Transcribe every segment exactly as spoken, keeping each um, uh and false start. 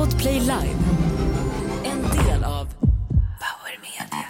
Podplay Live. En del av Power Media.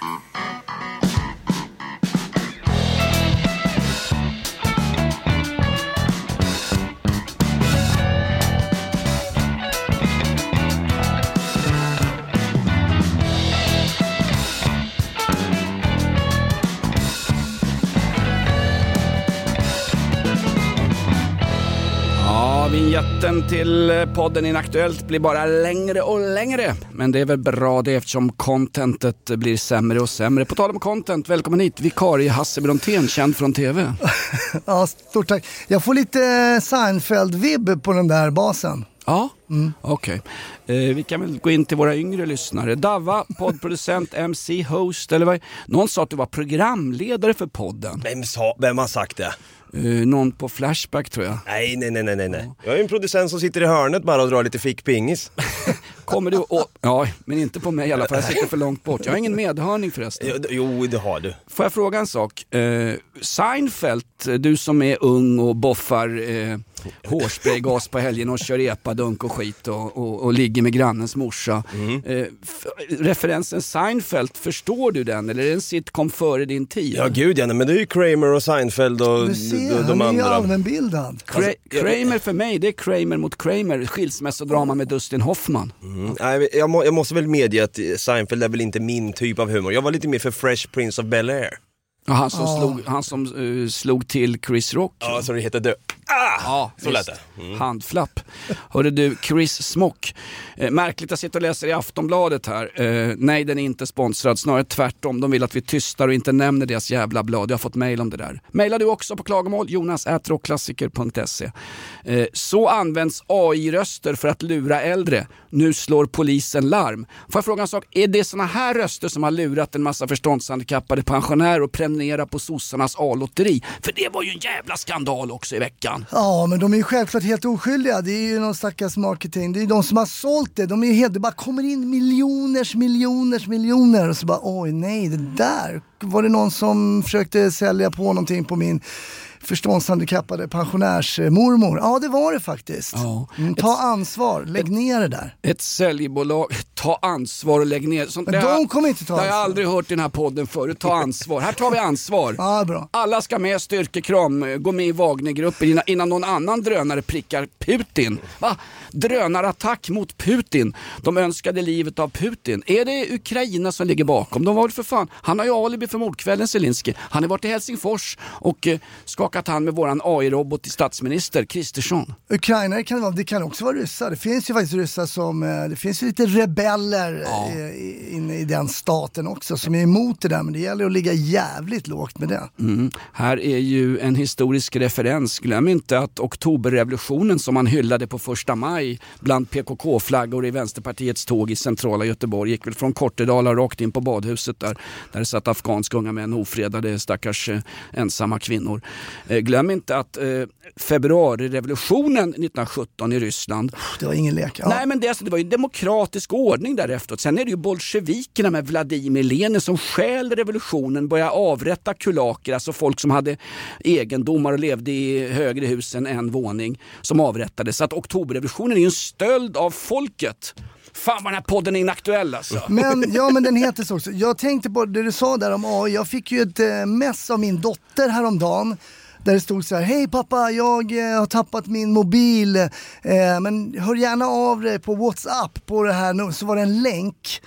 Vinjetten till podden Inaktuellt blir bara längre och längre. Men det är väl bra det eftersom contentet blir sämre och sämre. På tal om content, välkommen hit. Vikarie Hasse Brontén, känd från tv. Ja, stort tack. Jag får lite Seinfeld-vibb på den där basen. Ja, mm. okej. Okay. Eh, vi kan väl gå in till våra yngre lyssnare. Davva, poddproducent, M C, host eller vad? Någon sa att du var programledare för podden. Vem, sa, vem har sagt det? Uh, någon på Flashback tror jag. Nej, nej, nej, nej, nej. Jag är en producent som sitter i hörnet bara och drar lite fickpingis. Kommer du och... Ja, men inte på mig i alla fall. Jag sitter för långt bort. Jag har ingen medhörning förresten. Jo, jo det har du. Får jag fråga en sak? Uh, Seinfeld, du som är ung och boffar uh, hårspraygas på helgen och kör epadunk och skit och, och, och ligger med grannens morsa. Mm. Uh, f- referensen Seinfeld, förstår du den? Eller är det en sitcom före din tid? Ja, gud ja, men det är ju Kramer och Seinfeld och ser, de, de han andra. Han är ju allmänbildad. Kra- Kramer för mig, det är Kramer mot Kramer. Skilsmässodrama med Dustin Hoffman. Mm. Nej, jag, må, jag måste väl medge att Seinfeld är väl inte min typ av humor. Jag var lite mer för Fresh Prince of Bel-Air. Ja, han som, oh. slog, han som uh, slog till Chris Rock. Ja, så det heter dö. Ah! Ja, så lät det. Mm. Handflapp. Hörde du, Chris Smock. Eh, märkligt att sitta och läsa i Aftonbladet här. Eh, nej, den är inte sponsrad. Snarare tvärtom. De vill att vi tystar och inte nämner deras jävla blad. Jag har fått mejl om det där. Mejlar du också på klagomål? Jonas at rockklassiker punkt se. Eh, så används A I-röster för att lura äldre. Nu slår polisen larm. Får jag fråga en sak? Är det såna här röster som har lurat en massa förståndshandikappade pensionärer och prenumererar på sossarnas A-lotteri? För det var ju en jävla skandal också i veckan. Ja, men de är ju självklart helt oskyldiga. Det är ju någon stackars marketing. Det är ju de som har sålt det. De är ju helt, det bara kommer in miljoners, miljoners, miljoner. Och så bara, oj nej, det där. Var det någon som försökte sälja på någonting på min förståndshandikappade pensionärsmormor? Ja, det var det faktiskt. Ja. Mm, ta ett, ansvar, lägg ett, ner det där. Ett säljbolag, ta ansvar och lägg ner. Sånt men de har, kommer inte ta ansvar. Det har jag aldrig hört i den här podden förut. Ta ansvar. Här tar vi ansvar. Ja, bra. Alla ska med, styrkekram, gå med i Wagnergrupper innan, innan någon annan drönare prickar Putin. Va? Drönarattack mot Putin. De önskade livet av Putin. Är det Ukraina som ligger bakom? De var för fan. Han har ju alibi för mordkvällen, Zelensky. Han har varit i Helsingfors och eh, skakat hand med våran A I-robot till statsminister Kristersson. Ukraina kan det vara, det kan också vara ryssar. Det finns ju faktiskt ryssar som, det finns ju lite rebeller ja. inne i den staten också som är emot det där, men det gäller att ligga jävligt lågt med det. Mm. Här är ju en historisk referens. Glöm inte att oktoberrevolutionen som man hyllade på första maj bland P K K-flaggor i Vänsterpartiets tåg i centrala Göteborg gick väl från Kortedala rakt in på badhuset där, där det satt afghanska unga män ofredade stackars eh, ensamma kvinnor. Eh, glöm inte att eh, februarirevolutionen nittonhundrasjutton i Ryssland. Det var ingen lek. Ja. Nej, men det, alltså, det var ju demokratisk ordning därefter. Sen är det ju bolsjevikerna med Vladimir Lenin som skäl revolutionen, börjar avrätta kulaker, alltså folk som hade egendomar och levde i högre hus än en våning som avrättades. Så att oktoberrevolutionen är ju en stöld av folket. Fan vad den här podden är inaktuell alltså. Men, ja, men den heter så också. Jag tänkte på det du sa där om A I. Jag fick ju ett eh, mess av min dotter häromdagen. Där det stod så här: hej pappa, jag eh, har tappat min mobil. Eh, men hör gärna av dig på WhatsApp på det här nu. Så var det en länk.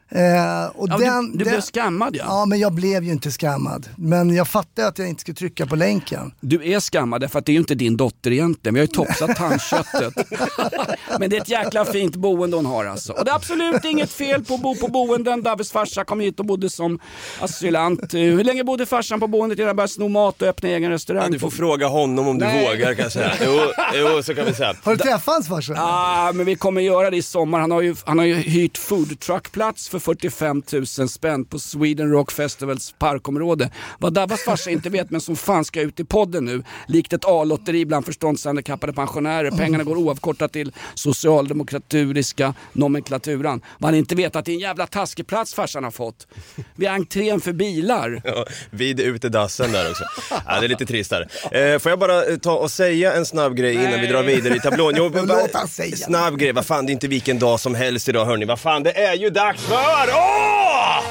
Eh, och ja, den, du du den, blev skammad, ja. Ja, men jag blev ju inte skammad. Men jag fattade att jag inte skulle trycka på länken. Du är skammad för att det är ju inte din dotter egentligen. Vi har ju topsat tandköttet. Men det är ett jäkla fint boende hon har alltså. Och det är absolut inget fel på att bo på boenden. Davids farsa kom hit och bodde som asylant. Hur länge bodde farsan på boendet innan han började sno mat och öppna egen restaurang? Ja, du får fråga honom om Nej. du vågar, kan jag säga. Jo, jo, så kan vi säga. Har du träffat hans farsa? Ja, ah, men vi kommer göra det i sommar. Han har ju, han har ju hyrt foodtruckplats för för fyrtiofem tusen spänn på Sweden Rock Festivals parkområde. Vad Dabbas farsa inte vet, men som fan ska ut i podden nu. Likt ett A-lotteri bland förståndshandikappade pensionärer. Pengarna går oavkortat till socialdemokraturiska nomenklaturan. Man inte vet att det är en jävla taskeplats farsan har fått. Vid entrén för bilar. Ja, vid utedassen där också. Ja, det är lite trist där. Eh, får jag bara ta och säga en snabb grej innan Nej. vi drar vidare i tablån? Jo, Låt han säga. Snabb grej, vad fan, det är inte vilken dag som helst idag, hörni. Vad fan, det är ju dags för... Åh!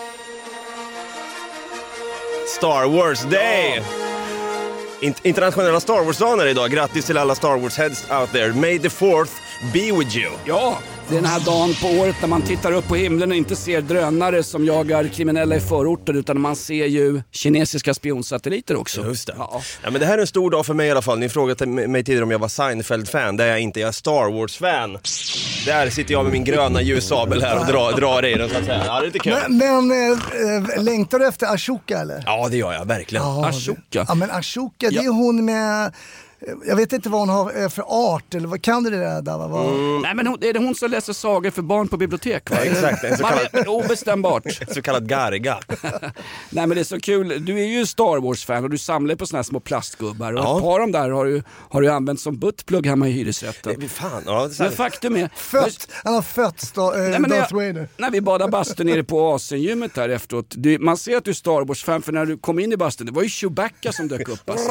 Star Wars Day! Internationella Star Wars-dagen idag. Grattis till alla Star Wars-heads out there. May the fourth be with you. Ja, det är den här dagen på året när man tittar upp på himlen och inte ser drönare som jagar kriminella i förorter, utan man ser ju kinesiska spionsatelliter också. Just det. Ja. Ja, men det här är en stor dag för mig i alla fall. Ni frågade mig tidigare om jag var Seinfeld-fan. Det är jag inte, jag är Star Wars-fan. Där sitter jag med min gröna ljussabel här och drar, drar i den, så att säga. Ja, det är lite kul. Men, men äh, längtar du efter Ashoka eller? Ja, det gör jag, verkligen. Ja, Ashoka? Ja, men Ashoka, det är hon med... Jag vet inte vad hon har för art, eller vad kan du det där, Dava? Vad... Mm. Nej, men hon, är det hon som läser sagor för barn på bibliotek? Va? Ja, exakt, en så kallad... Man är obestämbart. Så kallad garga. Nej, men det är så kul. Du är ju Star Wars-fan och du samlar på såna här små plastgubbar. Och Ja. ett par av dem där har du, har du använt som buttplugg hemma i hyresrätten. Nej, fan. Ja, det är Men faktum är... Fött, han har fött Star, äh, Nej, men Darth när, Vader. när vi badade bastun nere på Asien-gymmet där efteråt, du, man ser att du är Star Wars-fan, för när du kom in i bastun, det var ju Chewbacca som dök upp. Alltså.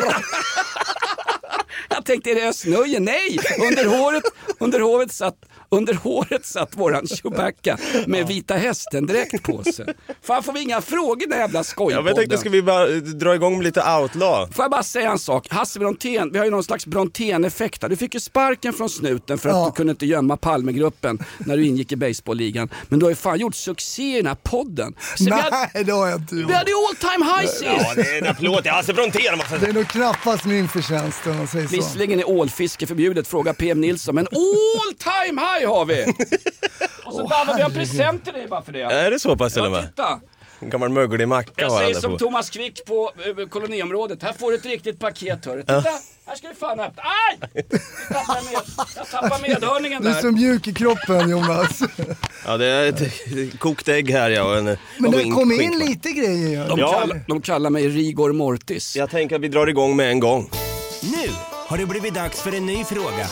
Jag tänkte, är det Ösnöje? Nej! Under håret, under håret satt, under håret satt våran Chewbacca med vita hästen direkt på sig. Fan, får vi inga frågor där jävla skojpodden? Jag tänkte, ska vi bara dra igång med lite outlaw? Får jag bara säga en sak? Hasse Brontén, vi har ju någon slags Brontén-effekt här. Du fick ju sparken från snuten för att Ja. du kunde inte gömma Palmegruppen när du ingick i baseballligan. Men du har ju fan gjort succé i den här podden. Så vi hade, Nej, det har jag inte gjort. vi hade ju all time high sist. Ja, det är en applåd till Hasse Brontén. Det är nog knappast min förtjänst om man säger så. Visserligen är ålfiske förbjudet, fråga P M Nilsson, men all time high har vi! Och så Danne, vi har present till dig bara för det. Är det så pass, eller Ja, med? titta. En gammal möglig macka Jag har säger han som på. Thomas Quick på uh, koloniområdet. Här får du ett riktigt paket, hör. Titta, här ska du fan öppna. Aj! Jag tappar, med, jag tappar medhörningen Du är där. så mjuk i kroppen, Jonas. Ja, det är ett kokt ägg här, ja. Och en, Men och det skink- kom in skinkvarv. lite grejer. De, Ja. kallar, de kallar mig Rigor Mortis. Jag tänker att vi drar igång med en gång. Nu har det blivit dags för en ny fråga.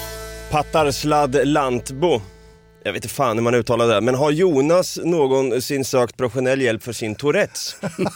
Pattarsladd Lantbo. Jag vet inte fan hur man uttalar det. Men har Jonas någonsin sökt professionell hjälp för sin Tourettes?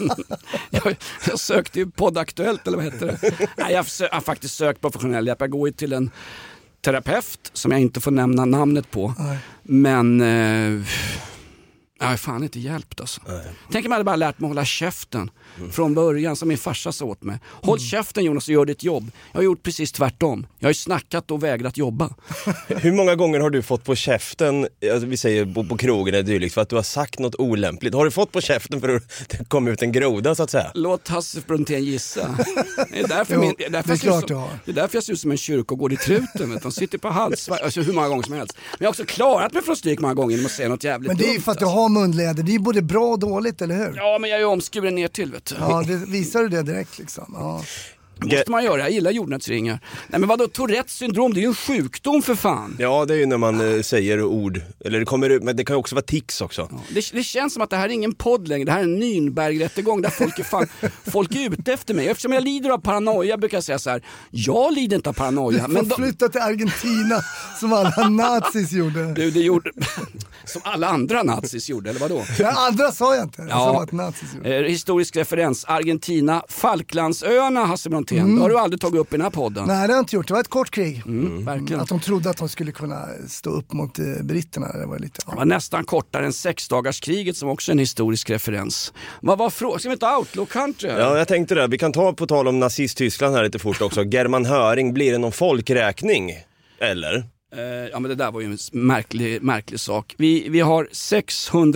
jag, jag sökte ju poddaktuellt, eller vad heter det? Nej, jag, jag har faktiskt sökt professionell hjälp. Jag går ju till en terapeut som jag inte får nämna namnet på. Nej. Men... Eh, jag har fan inte hjälpt alltså. Tänk om jag hade bara lärt mig hålla käften mm. från början, som min farsa sa åt mig. Håll mm. käften, Jonas, och gör ditt jobb. Jag har gjort precis tvärtom. Jag har ju snackat och vägrat jobba. Hur många gånger har du fått på käften, alltså vi säger på, på krogen eller dylikt, för att du har sagt något olämpligt? Har du fått på käften för att det kom ut en groda, så att säga? Låt Hasse Brontén gissa. Det är därför, Jo, min, det är därför, det är jag ser klart ut du som, har. det är därför jag ser ut som en kyrkogård i truten. De sitter på halsvar, alltså hur många gånger som helst. Men jag har också klarat mig från stryk många gånger genom att säga något jävligt Men det är ju dumt, för att du alltså. har munläder. Det är ju både bra och dåligt, eller hur? Ja, men jag är ju omskuren ner till, vet du. Ja, det visar du det direkt liksom. Ja. Det måste man göra, jag gillar jordnötsringar. Nej, men vadå, Tourettes syndrom, det är ju en sjukdom för fan. Ja, det är ju när man eh, säger ord. Eller det kommer ut, men det kan ju också vara tics också. Ja, det, det känns som att det här är ingen podd längre. Det här är en Nürnberg-rättegång där folk är, fan, folk är ute efter mig. Eftersom jag lider av paranoia brukar jag säga så här: jag lider inte av paranoia. Men Men de, flytta till Argentina som alla nazis gjorde. du, det gjorde, som alla andra nazis gjorde, eller vadå? Det andra sa jag inte. Jag Ja. sa att nazis gjorde. Eh, historisk referens, Argentina, Falklandsöarna, Hasse Brontén. Mm. Det har du aldrig tagit upp i den här podden. Nej, det har jag inte gjort. Det var ett kort krig. Mm, verkligen. Att de trodde att de skulle kunna stå upp mot eh, britterna. Det var lite... Det var nästan kortare än sexdagarskriget, som också är en historisk referens. Vad var frågan? Ska vi inte Outlaw Country? Ja, jag tänkte det. Vi kan ta på tal om nazist-Tyskland här lite fort också. German Höring, blir det någon folkräkning? Eller? Eh, ja, men det där var ju en märklig, märklig sak. Vi, vi har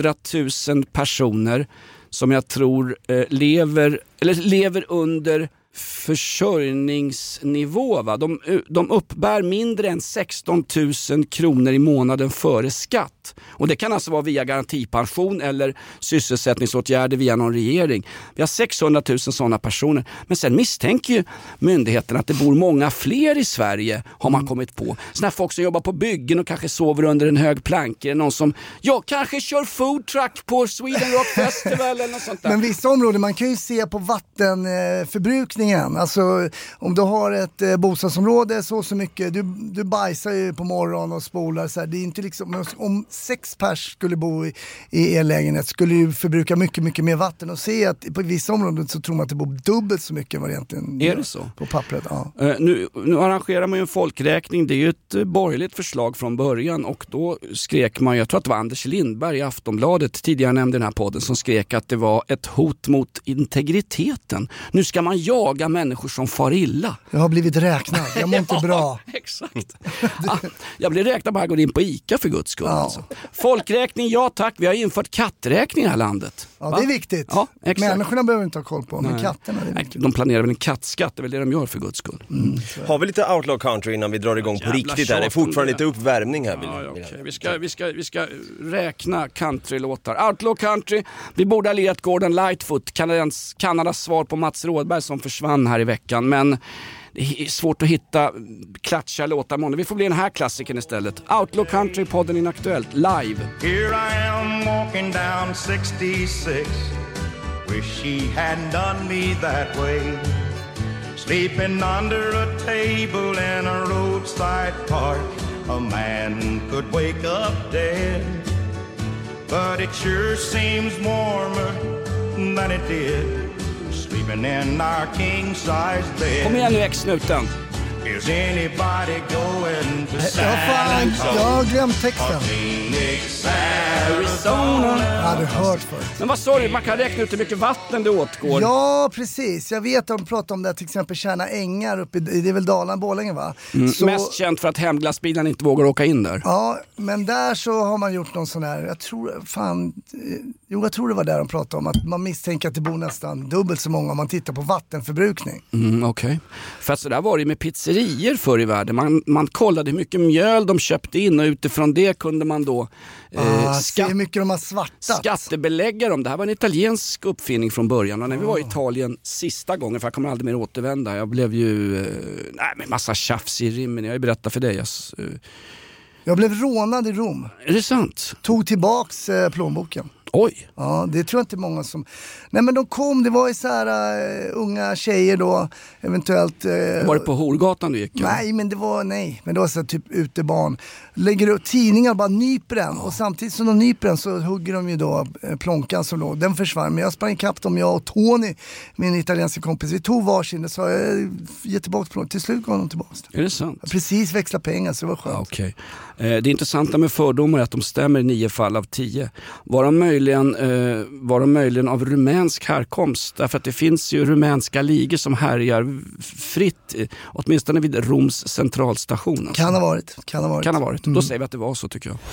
sexhundratusen personer som jag tror eh, lever, eller lever under försörjningsnivå. Va? De, de uppbär mindre än sexton tusen kronor i månaden före skatt. Och det kan alltså vara via garantipension eller sysselsättningsåtgärder via någon regering. Vi har sexhundratusen sådana personer. Men sen misstänker ju myndigheten att det bor många fler i Sverige, har man kommit på. Sådana folk som jobbar på byggen och kanske sover under en hög plank. Eller någon som, ja, kanske kör food truck på Sweden Rock Festival eller något sånt där. Men vissa områden, man kan ju se på vattenförbrukningen. Alltså om du har ett eh, bostadsområde så så mycket, du, du bajsar ju på morgonen och spolar så här. Det är inte liksom, om sex pers skulle bo i, i en lägenhet skulle ju förbruka mycket, mycket mer vatten, och se att på vissa områden så tror man att det bor dubbelt så mycket än vad det egentligen är det så? På pappret. Ja. Uh, nu, nu arrangerar man ju en folkräkning, det är ju ett uh, borgerligt förslag från början, och då skrek man, jag tror att det var Anders Lindberg i Aftonbladet, tidigare nämnde den här podden, som skrek att det var ett hot mot integriteten. Nu ska man jaga människor som far illa. Jag har blivit räknad, jag mår inte ja, bra. Exakt. ah, jag blir räknad bara går in på ICA för guds skull. Ja. Alltså. Folkräkning, ja tack, vi har infört katträkning i det här landet. Ja, va? Det är viktigt. Ja, exakt. Människorna behöver inte ha koll på, men Nej. katterna är viktigt. Nej, de planerar väl en kattskatt, det är väl det de gör för guds skull. Mm. Har vi lite outlaw country innan vi drar igång på Jävla riktigt här? Det är fortfarande det. lite uppvärmning här. Ja, ja, okay. vi, ska, vi, ska, vi ska räkna countrylåtar. Outlaw country, vi borde ha lirat Gordon Lightfoot, Kanadas, Kanadas svar på Mats Rådberg som försvann här i veckan. Men det är svårt att hitta klatscha låtar många. Vi får bli den här klassiken istället. Outlaw country, podden Inaktuellt, live. Here I am walking down sixty-six. Wish she hadn't done me that way. Sleeping under a table in a roadside park. A man could wake up dead. But it sure seems warmer than it did sleeping in our king-size bed. Kom igen nu, ex-snuten. Is anybody going to Ja, San fan, jag har Antonio? glömt texten. Phoenix, Arizona. Jag hade hört förut. Men vad sa du? Man kan räkna ut hur mycket vatten det åtgår. Ja, precis. Jag vet att de pratar om det, till exempel Tjärna ängar uppe i, det är väl Dalarna, Borlänge, va? Mm, Så, mest känt för att hemglassbilarna inte vågar åka in där. ja, men där så har man gjort någon sån här, jag tror, fan, eh, jo jag tror det var där de pratade om att man misstänker att det bor nästan dubbelt så många om man tittar på vattenförbrukning. Mm, okej. Okay. För att så där var det med pizzerier förr i världen. Man, man kollade hur mycket mjöl de köpte in och utifrån det kunde man då eh, ah, skatt, se hur mycket de har svartat. skattebelägga dem. Det här var en italiensk uppfinning från början. Och när vi var i Italien sista gången, för jag kommer aldrig mer återvända. Jag blev ju, eh, nej men massa tjafs i rimmen. Jag har ju berättat för dig. Jag, eh. jag blev rånad i Rom. Är det sant? Tog tillbaks eh, plånboken. Oj. Ja, det tror jag inte många som... Nej, men de kom, det var ju så här uh, unga tjejer då, eventuellt... Uh, var det på Horgatan du gick? Ja? Nej, men det var, nej, men det var så här, typ utebarn. Lägger upp tidningar och bara nyper den. Och samtidigt som de nyper den så hugger de ju då eh, plånkan som låg. Den försvann, men jag sprang ikapp dem, jag och Tony, min italienska kompis. Vi tog varsin och sa, jag ge tillbaka plånkan. Till slut gav de tillbaka den. Är det sant? Jag precis växla pengar, så det var skönt. Ja, okay. eh, det intressanta med fördomar är att de stämmer i nio fall av tio. Var de möjligen, eh, var de möjligen av rumänsk härkomst? Därför att det finns ju rumänska ligor som härjar fritt, eh, åtminstone vid Roms centralstation. Alltså. Kan ha varit. Kan ha varit. Kan ha varit. Mm. Då säger vi att det var så, tycker jag.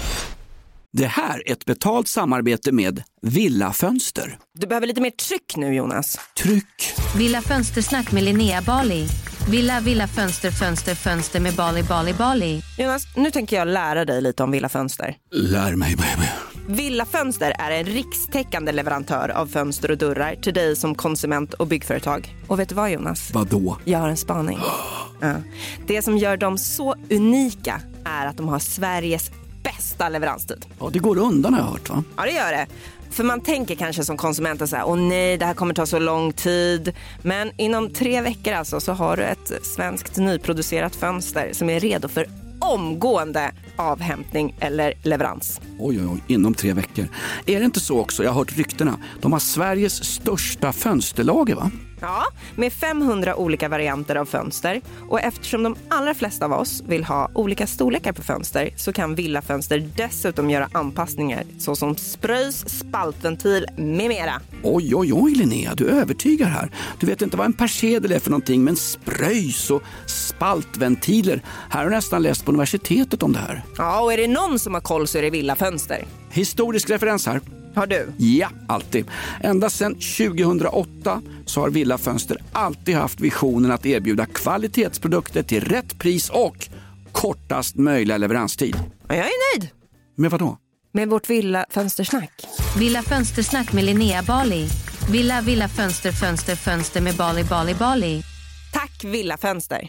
Det här är ett betalt samarbete med Villa Fönster. Du behöver lite mer tryck nu, Jonas. Tryck. Villa Fönstersnack med Linnea Bali. Villa, Villa Fönster, Fönster, Fönster med Bali, Bali, Bali. Jonas, nu tänker jag lära dig lite om Villa Fönster. Lär mig, baby. Villa Fönster är en rikstäckande leverantör av fönster och dörrar till dig som konsument och byggföretag. Och vet du vad, Jonas? Vadå? Jag har en spaning. Ja. Det som gör dem så unika är att de har Sveriges bästa leveranstid. Ja, det går undan har jag hört, va? Ja, det gör det. För man tänker kanske som konsument så här, åh nej, det här kommer ta så lång tid. Men inom tre veckor alltså så har du ett svenskt nyproducerat fönster som är redo för omgående avhämtning eller leverans. Oj, oj, oj, inom tre veckor. Är det inte så också? Jag har hört ryktena. De har Sveriges största fönsterlager, va? Ja, med femhundra olika varianter av fönster. Och eftersom de allra flesta av oss vill ha olika storlekar på fönster så kan Villa Fönster dessutom göra anpassningar såsom spröjs, spaltventil med mera. Oj, oj, oj, Linnea, du övertygar här. Du vet inte vad en persedel är för någonting, men spröjs och spaltventiler. Här har jag nästan läst på universitetet om det här. Ja, och är det någon som har koll så är det Villa Fönster. Historisk referens här. Har du? Ja, alltid. Ända sedan tjugohundraåtta så har Villa Fönster alltid haft visionen att erbjuda kvalitetsprodukter till rätt pris och kortast möjliga leveranstid. Jag är nöjd. Men vadå? Med vårt Villa Fönstersnack. Villa Fönstersnack med Linnea Bali. Villa, Villa Fönster, Fönster, Fönster med Bali, Bali, Bali. Tack Villa Fönster.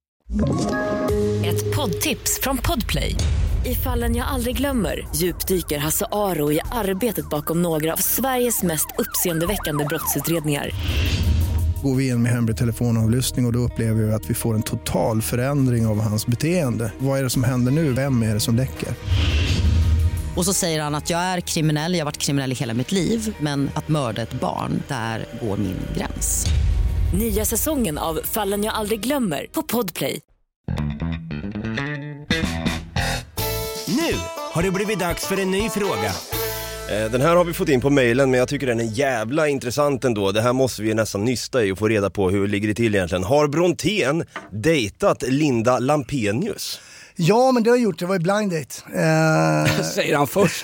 Ett poddtips från Podplay. I Fallen jag aldrig glömmer djupdyker Hasse Aro i arbetet bakom några av Sveriges mest uppseendeväckande brottsutredningar. Går vi in med hemlig telefonavlyssning och, och då upplever vi att vi får en total förändring av hans beteende. Vad är det som händer nu? Vem är det som läcker? Och så säger han att jag är kriminell, jag har varit kriminell i hela mitt liv. Men att mörda ett barn, där går min gräns. Nya säsongen av Fallen jag aldrig glömmer på Podplay. Nu har det blivit dags för en ny fråga. Den här har vi fått in på mejlen, men jag tycker den är jävla intressant ändå. Det här måste vi nästan nysta i och få reda på hur det ligger det till egentligen. Har Brontén dejtat Linda Lampenius? Ja, men det har jag gjort. Det var ju blind date. Eh... Säger han först.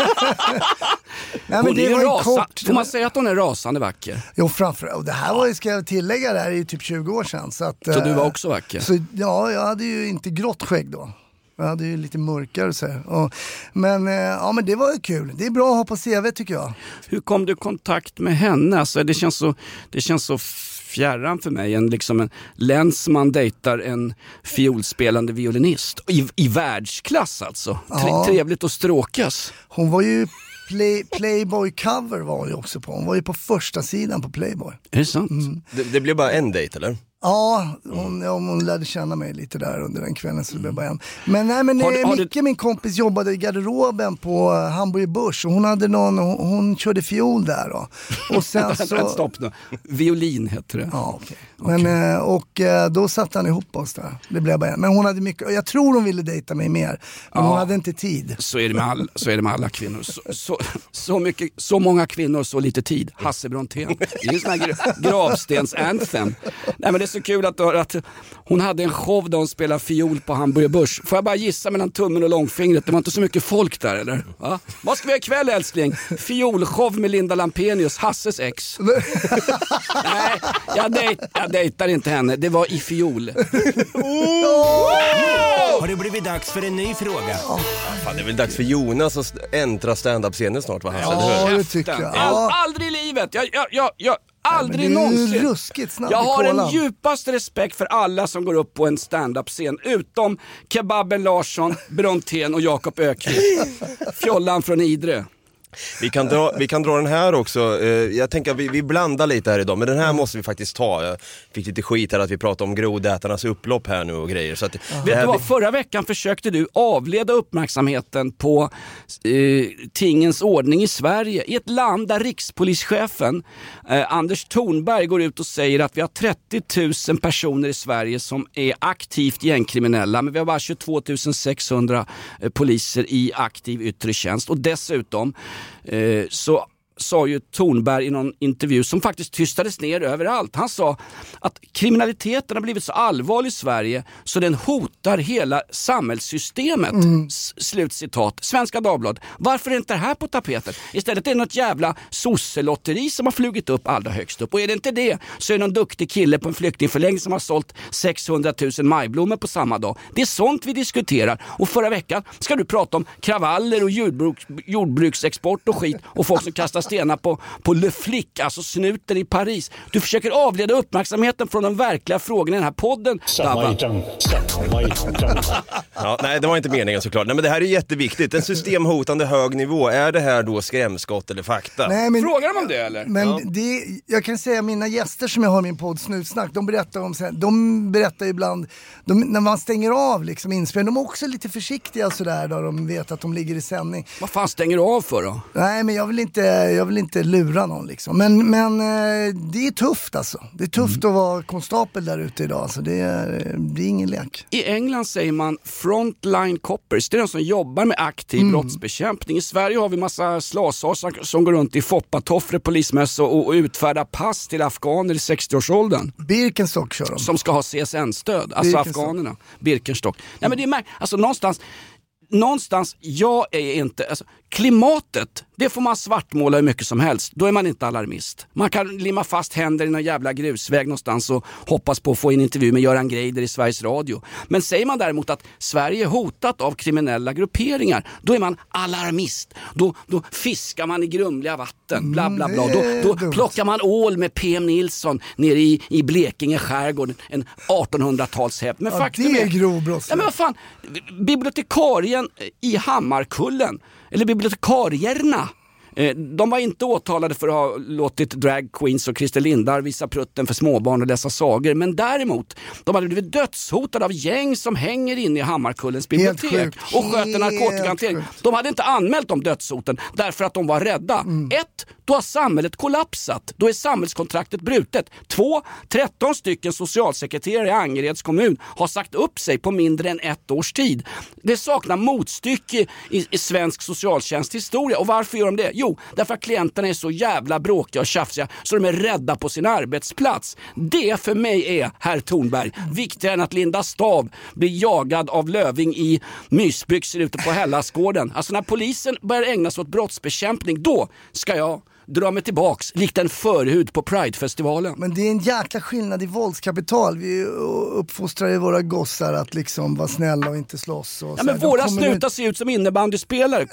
Nej, men det är var rasa... kort. Får man säga att hon är rasande vacker? Jo, framför. Och det här var ju, ska jag tillägga, det här är ju typ tjugo år sedan. Så, att, så du var också vacker? Så, ja, jag hade ju inte grått skägg då. Jag hade ju lite mörkare så här. Och, men, eh, ja, men det var ju kul. Det är bra att ha på C V tycker jag. Hur kom du i kontakt med henne? Alltså, det känns så... Det känns så fjärran för mig. En, liksom en länsman dejtar en fiolspelande violinist. I, i världsklass alltså. Tre, ja. Trevligt att stråkas. Hon var ju play, Playboy cover var hon ju också på. Hon var ju på första sidan på Playboy. Är det sant? Mm. Det, det blev bara en dejt eller? Ja, hon, ja, hon lärde känna mig lite där under den kvällen så det blev bara en. Men nej, men har du, har Micke, du... min kompis, jobbade i garderoben på Hamburger Börs och hon hade någon, hon, hon körde fiol där då. Och sen så... Stopp nu. Violin heter det. Ja, okej. Okay. Men, och då satte han ihop oss där. Det blev bara en. Men hon hade mycket, jag tror hon ville dejta mig mer. Men ja, hon hade inte tid. Så är det med alla, så är det med alla kvinnor. Så, så, så, mycket, så många kvinnor, så lite tid. Hasse Brontén. Det är en sån här gravstens anthem. Nej, men det är så kul att, att hon hade en show där hon spelade fiol på Hamburger Börs. Får jag bara gissa mellan tummen och långfingret? Det var inte så mycket folk där, eller? Va? Vad ska vi ha ikväll, älskling? Fiolshow med Linda Lampenius, Hasses ex. Nej, jag, dejt, jag dejtar inte henne. Det var i fiol. Oh! Har det blivit dags för en ny fråga? Oh. Fan, det är väl dags för Jonas att äntra stand-up-scenen snart, va? Ja, det tycker jag. Ja. Aldrig i livet. Jag... jag, jag, jag Aldrig ja, någonsin. Ruskigt snabbt. Jag har en djupaste respekt för alla som går upp på en stand-up-scen. Utom Kebaben Larsson, Brontén och Jakob Ökvist. Fjollan från Idre. Vi kan, dra, vi kan dra den här också. Jag tänker att vi, vi blandar lite här idag. Men den här måste vi faktiskt ta. Jag fick lite skit här att vi pratar om grodätarnas upplopp här nu och grejer. Så att, vet du vad, förra veckan försökte du avleda uppmärksamheten på eh, tingens ordning i Sverige. I ett land där rikspolischefen eh, Anders Thornberg går ut och säger att vi har trettio tusen personer i Sverige som är aktivt gängkriminella. Men vi har bara tjugotvå tusen sexhundra eh, poliser i aktiv yttre tjänst. Och dessutom Eh, så sa ju Thornberg i någon intervju som faktiskt tystades ner överallt. Han sa att kriminaliteten har blivit så allvarlig i Sverige så den hotar hela samhällssystemet. Mm. Slutcitat. Svenska Dagblad. Varför är inte det här på tapetet? Istället är det något jävla sosselotteri som har flugit upp allra högst upp. Och är det inte det så är det någon duktig kille på en flyktingförläggning som har sålt sexhundratusen majblommor på samma dag. Det är sånt vi diskuterar. Och förra veckan ska du prata om kravaller och jordbruk, jordbruksexport och skit och folk som kastar stenar på, på Le Flic, alltså snuten i Paris. Du försöker avleda uppmärksamheten från de verkliga frågorna i den här podden. Ja, nej, det var inte meningen såklart. Nej, men det här är jätteviktigt. En systemhotande hög nivå. Är det här då skrämskott eller fakta? Nej, men, frågar de om det eller? Men ja. det, jag kan säga mina gäster som jag har i min podd Snutsnack, de berättar om de berättar ibland de, när man stänger av liksom inspelningen, de är också lite försiktiga sådär då de vet att de ligger i sändning. Vad fan stänger du av för då? Nej, men jag vill inte jag vill inte lura någon liksom. Men, men det är tufft alltså. Det är tufft mm. att vara konstapel där ute idag. Alltså det, är, det är ingen lek. I England säger man frontline coppers. Det är de som jobbar med aktiv mm. brottsbekämpning. I Sverige har vi massa slasar som går runt i foppatoffre, polismässor och, och utfärdar pass till afghaner i sextio-årsåldern. Birkenstock kör de. Som ska ha C S N-stöd. Alltså afghanerna. Birkenstock. Nej, men det är märk- alltså någonstans... Någonstans, jag är inte... Alltså, klimatet, det får man svartmåla hur mycket som helst. Då är man inte alarmist. Man kan limma fast händer i någon jävla grusväg någonstans och hoppas på att få en intervju med Göran Greider i Sveriges Radio. Men säger man däremot att Sverige är hotat av kriminella grupperingar, då är man alarmist. Då, då fiskar man i grumliga vatten, bla bla bla. Då, då plockar man ål med P M Nilsson nere i, i Blekinge skärgård, en artonhundratalshävd. Men ja, faktum det är är grovbrottsligt. Ja, men vad fan, bibliotekarien i Hammarkullen, eller bibliotekarierna, de var inte åtalade för att ha låtit drag queens och Christer Lindar visa prutten för småbarn och läsa sagor. Men däremot, de hade blivit dödshotade av gäng som hänger inne i Hammarkullens bibliotek och sköter narkotikahantering. De hade inte anmält de dödshoten därför att de var rädda. Mm. Ett, då har samhället kollapsat. Då är samhällskontraktet brutet. Två, tretton stycken socialsekreterare i Angereds kommun har sagt upp sig på mindre än ett års tid. Det saknar motstycke i, i svensk socialtjänsthistoria. Och varför gör de det? Jo, därför att klienterna är så jävla bråkiga och tjafsiga så de är rädda på sin arbetsplats. Det för mig är, herr Thornberg, viktigare än att Linda Stav blir jagad av Löving i mysbyxor ute på Hellasgården. Alltså när polisen börjar ägna sig åt brottsbekämpning, då ska jag dra mig tillbaks likt en förhud på Pride-festivalen. Men det är en jäkla skillnad i våldskapital. Vi uppfostrar ju våra gossar att liksom vara snälla och inte slåss. Och ja, men våra snutar ut... ser ut som innebandyspelare.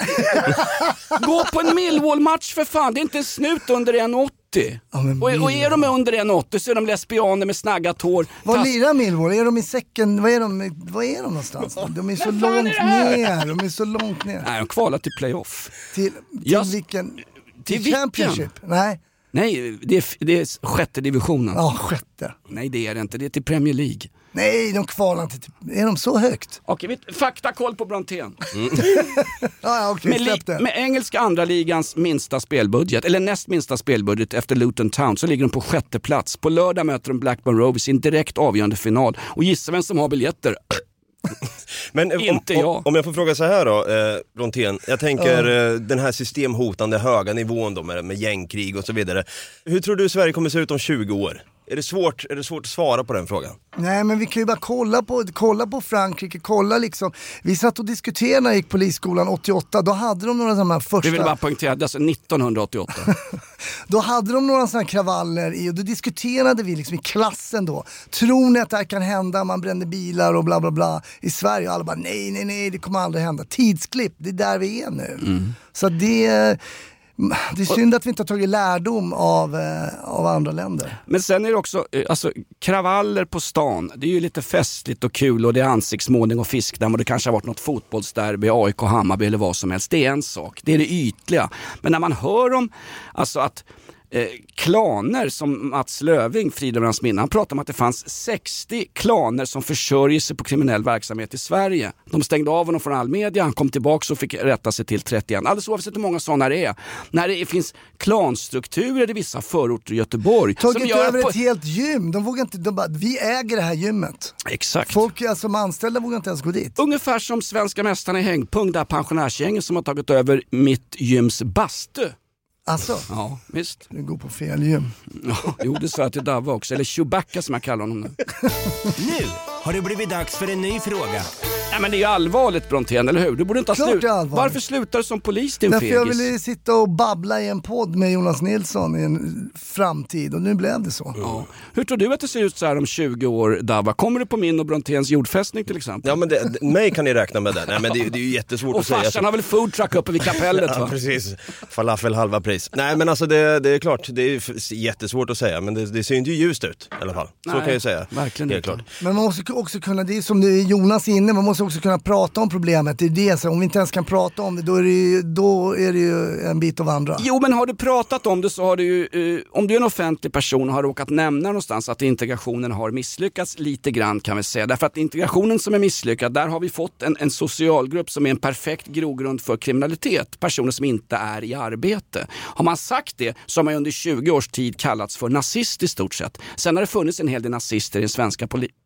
Gå på en Millwall-match för fan. Det är inte en snut under en åttio. Ja, och, och är de under en åttio så är de lesbianer med snaggat hår. Vad lirar Millwall? Är de i säcken? Vad är de, vad är de någonstans? De är så långt ner. De är så långt ner. Nej, de kvalar till playoff. Till, till Just... vilken... Till Championship? Nej. Nej, det är, det är sjätte divisionen. Ja, sjätte. Nej, det är det inte. Det är till Premier League. Nej, de kvalar inte till... Är de så högt? Okej, vi, faktakoll på Brontén. Mm. ja, okej, med, li, med engelska andra ligans minsta spelbudget, eller näst minsta spelbudget efter Luton Town, så ligger de på sjätte plats. På lördag möter de Blackburn Rovers i en direkt avgörande final. Och gissa vem som har biljetter? Men om, inte jag. om jag får fråga så här då, eh, Brontén, jag tänker uh. eh, den här systemhotande höga nivån då med, med gängkrig och så vidare. Hur tror du Sverige kommer se ut om tjugo år? Är det svårt, är det svårt att svara på den frågan? Nej, men vi kan ju bara kolla på, kolla på Frankrike, kolla liksom. Vi satt och diskuterade när jag gick polisskolan åttioåtta, då hade de några sådana här första... Vi vill bara poängtera, alltså nittonhundraåttioåtta. Då hade de några sådana här kravaller i, och då diskuterade vi liksom i klassen då. Tror ni att det här kan hända? Man brände bilar och bla bla bla i Sverige. Och alla bara, nej, nej, nej, det kommer aldrig hända. Tidsklipp, det är där vi är nu. Mm. Så det... Det är synd att vi inte har tagit lärdom av, eh, av andra länder. Men sen är det också, alltså, kravaller på stan. Det är ju lite festligt och kul och det är ansiktsmålning och fiskdamm och det kanske har varit något fotbollsderby, A I K Hammarby eller vad som helst. Det är en sak, det är det ytliga. Men när man hör om, alltså att Eh, klaner som Mats Löving, Fridhemsrans minne, han pratade om att det fanns sextio klaner som försörjer sig på kriminell verksamhet i Sverige. De stängde av honom från all media, han kom tillbaka och fick rätta sig till trettioen. Alldeles oavsett hur många sådana det är. När det finns klanstrukturer i vissa förorter i Göteborg. Tagit över på... ett helt gym. De vågar inte, de bara, vi äger det här gymmet. Exakt. Folk alltså, som anställda vågar inte ens gå dit. Ungefär som svenska mästarna i hängpung, där pensionärsgängen som har tagit över mitt gyms bastu. Alltså? Ja, visst. Du går på fel gym. Ja, jo, det sa jag till Davva också. Eller Chewbacca som jag kallar honom nu. Nu har det blivit dags för en ny fråga. Ja, men det är ju allvarligt, Brontén, eller hur? Du borde inte ha slutat. Varför slutar du som polis, din Därför fegis? jag ville sitta och babbla i en podd med Jonas Nilsson i en framtid. Och nu blev det så. Ja. Hur tror du att det ser ut så här om tjugo år, Davva? Kommer du på min och Bronténs jordfästning till exempel? Ja, men det, mig kan ni räkna med det. Nej, men det, det är ju jättesvårt och att säga. Och farsan har väl food truck uppe vid kapellet, va? Ja, precis. Falafel halva pris. Nej, men alltså det, det är klart, det är jättesvårt att säga. Men det, det ser ju inte ljust ut i alla fall. Så Nej, kan jag säga. Verkligen helt inte. Klart. Men man måste också kunna, det är som det är Jonas inne, man måste också kunna prata om problemet. Det är det, så om vi inte ens kan prata om det, då är det ju, då är det ju en bit av andra. Jo, men har du pratat om det så har du ju, eh, om du är en offentlig person och har råkat nämna någonstans att integrationen har misslyckats lite grann, kan vi säga. Därför att integrationen som är misslyckad, där har vi fått en, en socialgrupp som är en perfekt grogrund för kriminalitet. Personer som inte är i arbete. Har man sagt det så har man under tjugo års tid kallats för nazist i stort sett. Sen har det funnits en hel del nazister i den svenska poli-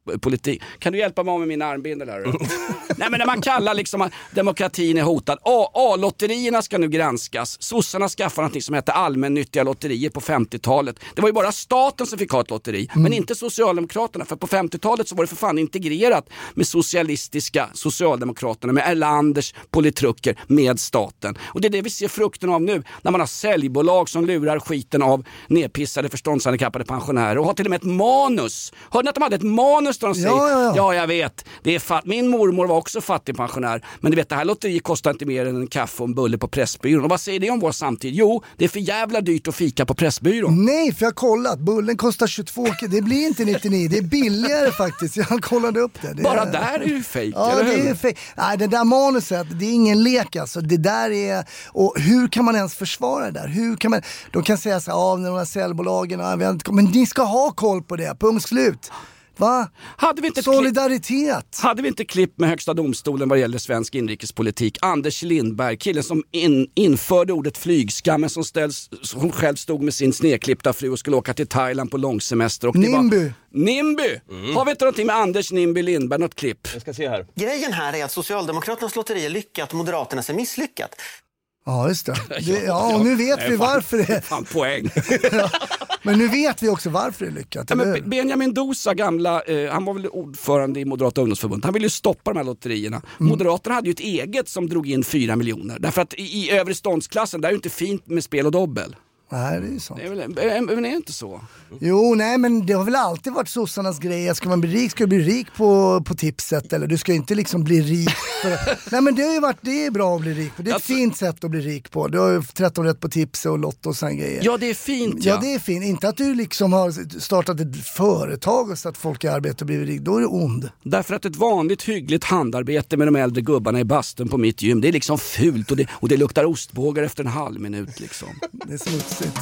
politik. Kan du hjälpa mig med min armbindel här? Nej, men när man kallar liksom att demokratin är hotad. A-lotterierna ska nu granskas. Sossarna skaffar något som heter allmännyttiga lotterier på femtiotalet. Det var ju bara staten som fick ha ett lotteri, mm. men inte Socialdemokraterna. För på femtiotalet så var det för fan integrerat med socialistiska Socialdemokraterna, med Erlanders politrucker, med staten. Och det är det vi ser frukten av nu, när man har säljbolag som lurar skiten av nedpissade förståndshandikappade pensionärer och har till och med ett manus. Hörde ni att de hade ett manus där de säger, ja, ja, ja. ja jag vet, det är fatt. Min mormor var också fattigpensionär, men du vet, det här lotteriet kostar inte mer än en kaffe och en bulle på Pressbyrån. Och vad säger det om vår samtid? Jo, det är för jävla dyrt att fika på Pressbyrån. Nej, för jag har kollat, bullen kostar tjugotvå, det blir inte nittionio, det är billigare faktiskt. Jag kollade upp det. det Bara är... där är det fejk, ja, eller det hur? är fejk. Nej, det där manuset, det är ingen lek alltså. Det där är, och hur kan man ens försvara det där? Hur kan man, de kan säga så här, ja, de här säljbolagen, ja, vi har inte, men ni ska ha koll på det, punkt slut. Va? Hade vi inte solidaritet. Klipp, hade vi inte klipp med högsta domstolen vad gäller svensk inrikespolitik? Anders Lindberg, killen som in, införde ordet flygskammen, som, ställs, som själv stod med sin snedklippta fru och skulle åka till Thailand på långsemester. Och Nimby. Det var, Nimby! Mm. Har vi inte någonting med Anders Nimby Lindberg, något klipp? Jag ska se här. Grejen här är att Socialdemokraternas lotteri är lyckat och Moderaternas är misslyckat. Ja, just det. det ja, och nu vet Nej, vi fan, varför det är. Fan poäng. Ja, men nu vet vi också varför det är lyckat. Ja, men Benjamin Dosa, gamla, eh, han var väl ordförande i Moderata ungdomsförbundet. Han ville ju stoppa de här lotterierna. Mm. Moderaterna hade ju ett eget som drog in fyra miljoner. Därför att i, i övre ståndsklassen, där är ju inte fint med spel och dobbel. Nej, det är ju sant. Det är väl, men är det inte så? Jo, nej, men det har väl alltid varit sossarnas grej. Ska man bli rik, ska du bli rik på, på tipset, eller du ska inte liksom bli rik för... Nej, men det har ju varit, det är bra att bli rik på. Det är ett alltså... fint sätt att bli rik på. Du har ju tretton rätt på tipset och lotto och sån grejer. Ja, det är fint. Ja, ja det är fint. Inte att du liksom har startat ett företag och så att folk i arbete och blivit rik. Då är det ond. Därför att ett vanligt hyggligt handarbete med de äldre gubbarna i bastun på mitt gym, det är liksom fult och det, och det luktar ostbågar efter en halv minut liksom. Det är smutsigt.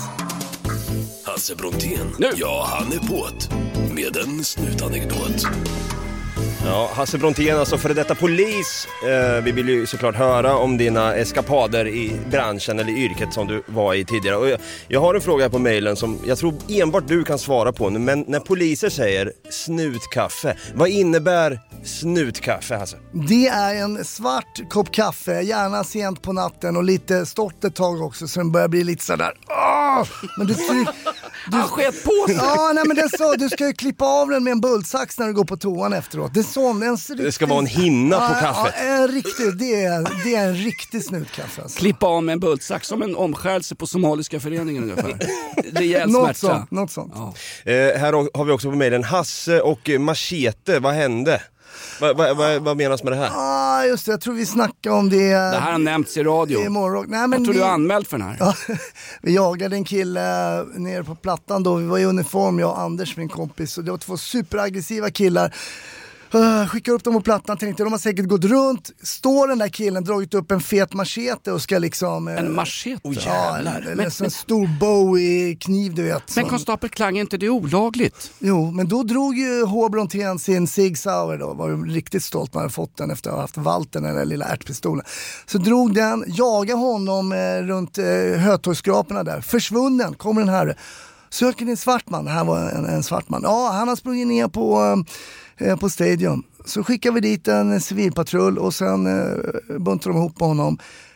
Hasse Brontén, nu. Ja, han är på't med en snutanekdot. Ja, Hasse Brontén, alltså för detta polis. Eh, vi vill ju såklart höra om dina eskapader i branschen eller yrket som du var i tidigare. Och jag, jag har en fråga här på mejlen som jag tror enbart du kan svara på nu. Men när poliser säger snutkaffe, vad innebär snutkaffe, Hasse? Det är en svart kopp kaffe, gärna sent på natten och lite stort ett tag också så den börjar bli lite sådär. Åh! Men du, du, du Han sket på sig! Ja, nej men det är så, du ska ju klippa av den med en bultsax när du går på toan efteråt. Det är sån, en riktig, det ska vara en hinna på ja, kaffet. Ja, en riktig, det är, det är en riktig snutkaffe. Alltså. Klippa av med en bultsax som en omskärelse på somaliska föreningen ungefär. Rejäl något smärta. sånt, något sånt. Ja. Eh, här har vi också på mejlen Hasse och Machete, vad hände? Vad va, va, va menas med det här? Ja, ah, just det, jag tror vi snackar om det. Det här har nämnts i radio. Nej, men jag tror vi, du har anmält för den här. Ja, vi jagade en kille nere på plattan då. Vi var i uniform, jag och Anders, min kompis. Och det var två superaggressiva killar. Uh, skickar upp dem på plattan, tänkte de har säkert gått runt. Står den där killen, dragit upp en fet machete och ska liksom... Uh, en machete? Oh, ja, eller, eller en stor Bowie-kniv, du vet. Men konstapel Klang, är inte det olagligt? Jo, men då drog ju H. Brontén sin Sig Sauer då. Var ju riktigt stolt när han fått den efter att ha haft valten, den där lilla ärtpistolen. Så drog den, jagade honom eh, runt eh, Hötorgsskraporna där. Försvunnen, kommer den här. Söker ni en svart man? Det här var en, en svart man. Ja, han har sprungit ner på... Eh, på Stadium. Så skickade vi dit en civilpatrull och sen eh, buntade de ihop på honom.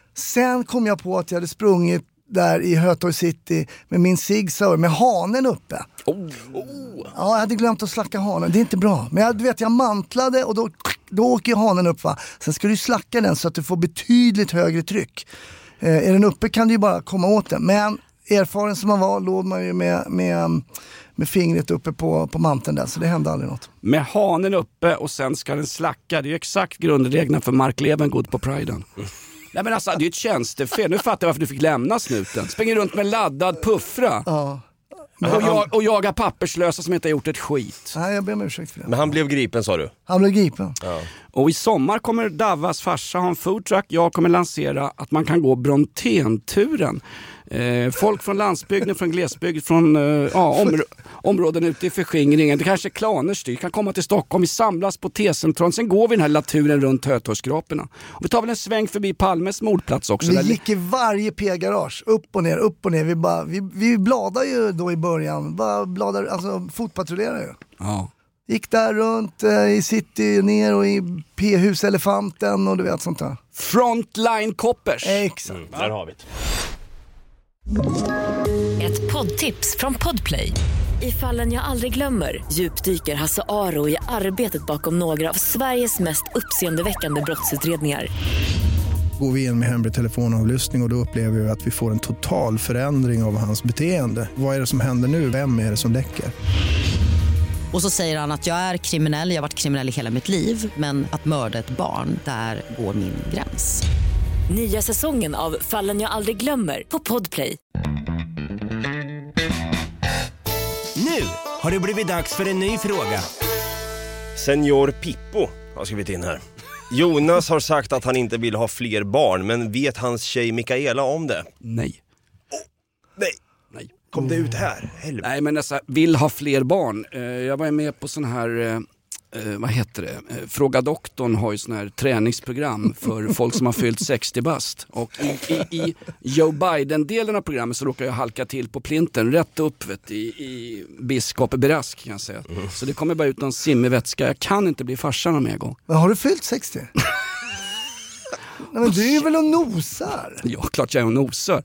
Sen kom jag på att jag hade sprungit där i Hötorg City med min Sig Sauer med hanen uppe. Oh, oh. Ja, jag hade glömt att slacka hanen. Det är inte bra. Men jag, du vet, jag mantlade och då, då åker hanen upp, va. Sen ska du slacka den så att du får betydligt högre tryck. Eh, är den uppe kan du ju bara komma åt den. Men erfaren som man var låg man ju med... med med fingret uppe på, på manteln där, så det hände aldrig något. Med hanen uppe och sen ska den slacka. Det är ju exakt grundreglerna för Mark Levengood på Priden. Mm. Nej men alltså, det är ju ett tjänstefel. Nu fattar jag varför du fick lämna snuten. Springer runt med laddad puffra. Ja. Och, jag, och jaga papperslösa som inte har gjort ett skit. Nej, jag ber om ursäkt för det. Men han blev gripen, sa du? Han blev gripen. Ja. Och i sommar kommer Davas farsa ha en foodtruck. Jag kommer lansera att man kan gå Brontén-turen. Eh, folk från landsbygden, från glesbygd, från eh, ja, omr- områden ute i förskingringen. Det kanske är klaner styr. Kan komma till Stockholm. Vi samlas på T-centralen. Sen går vi den här laturen runt Hötorgsskraporna. Och vi tar väl en sväng förbi Palmes mordplats också. Vi där gick i varje P-garage. Upp och ner, upp och ner. Vi, bara, vi, vi bladar ju då i början. Bara bladar, alltså fotpatrullerar ju. Ja. Gick där runt eh, i city, ner och i P-hus Elefanten och du vet sånt där. Frontline Koppers. Exakt. Mm, där har vi det. Ett poddtips från Podplay. I Fallen jag aldrig glömmer djupdyker Hasse Aro i arbetet bakom några av Sveriges mest uppseendeväckande brottsutredningar. Går vi in med hemlig telefonavlyssning och, och då upplever vi att vi får en total förändring av hans beteende. Vad är det som händer nu? Vem är det som läcker? Och så säger han att jag är kriminell, jag har varit kriminell i hela mitt liv. Men att mörda ett barn, där går min gräns. Nya säsongen av Fallen jag aldrig glömmer på Podplay. Nu har det blivit dags för en ny fråga. Senior Pippo har skrivit in här. Jonas har sagt att han inte vill ha fler barn, men vet hans tjej Mikaela om det? Nej. Oh, nej. Nej. Kom det ut här? Helvete. Nej, men alltså, vill ha fler barn. Eh, jag var med på sån här, eh, eh, vad heter det? Eh, Fråga doktorn har ju sån här träningsprogram för folk som har fyllt sextio bast. Och i, i, i Joe Biden-delen av programmet så råkar jag halka till på plinten rätt upp vet, i, i biskop Brask kan jag säga. Mm. Så det kommer bara ut någon simmig vätska. Jag kan inte bli farsan om en gång. Men har du fyllt sextio? Nej, men du är väl och nosar? Ja, klart jag är och nosar.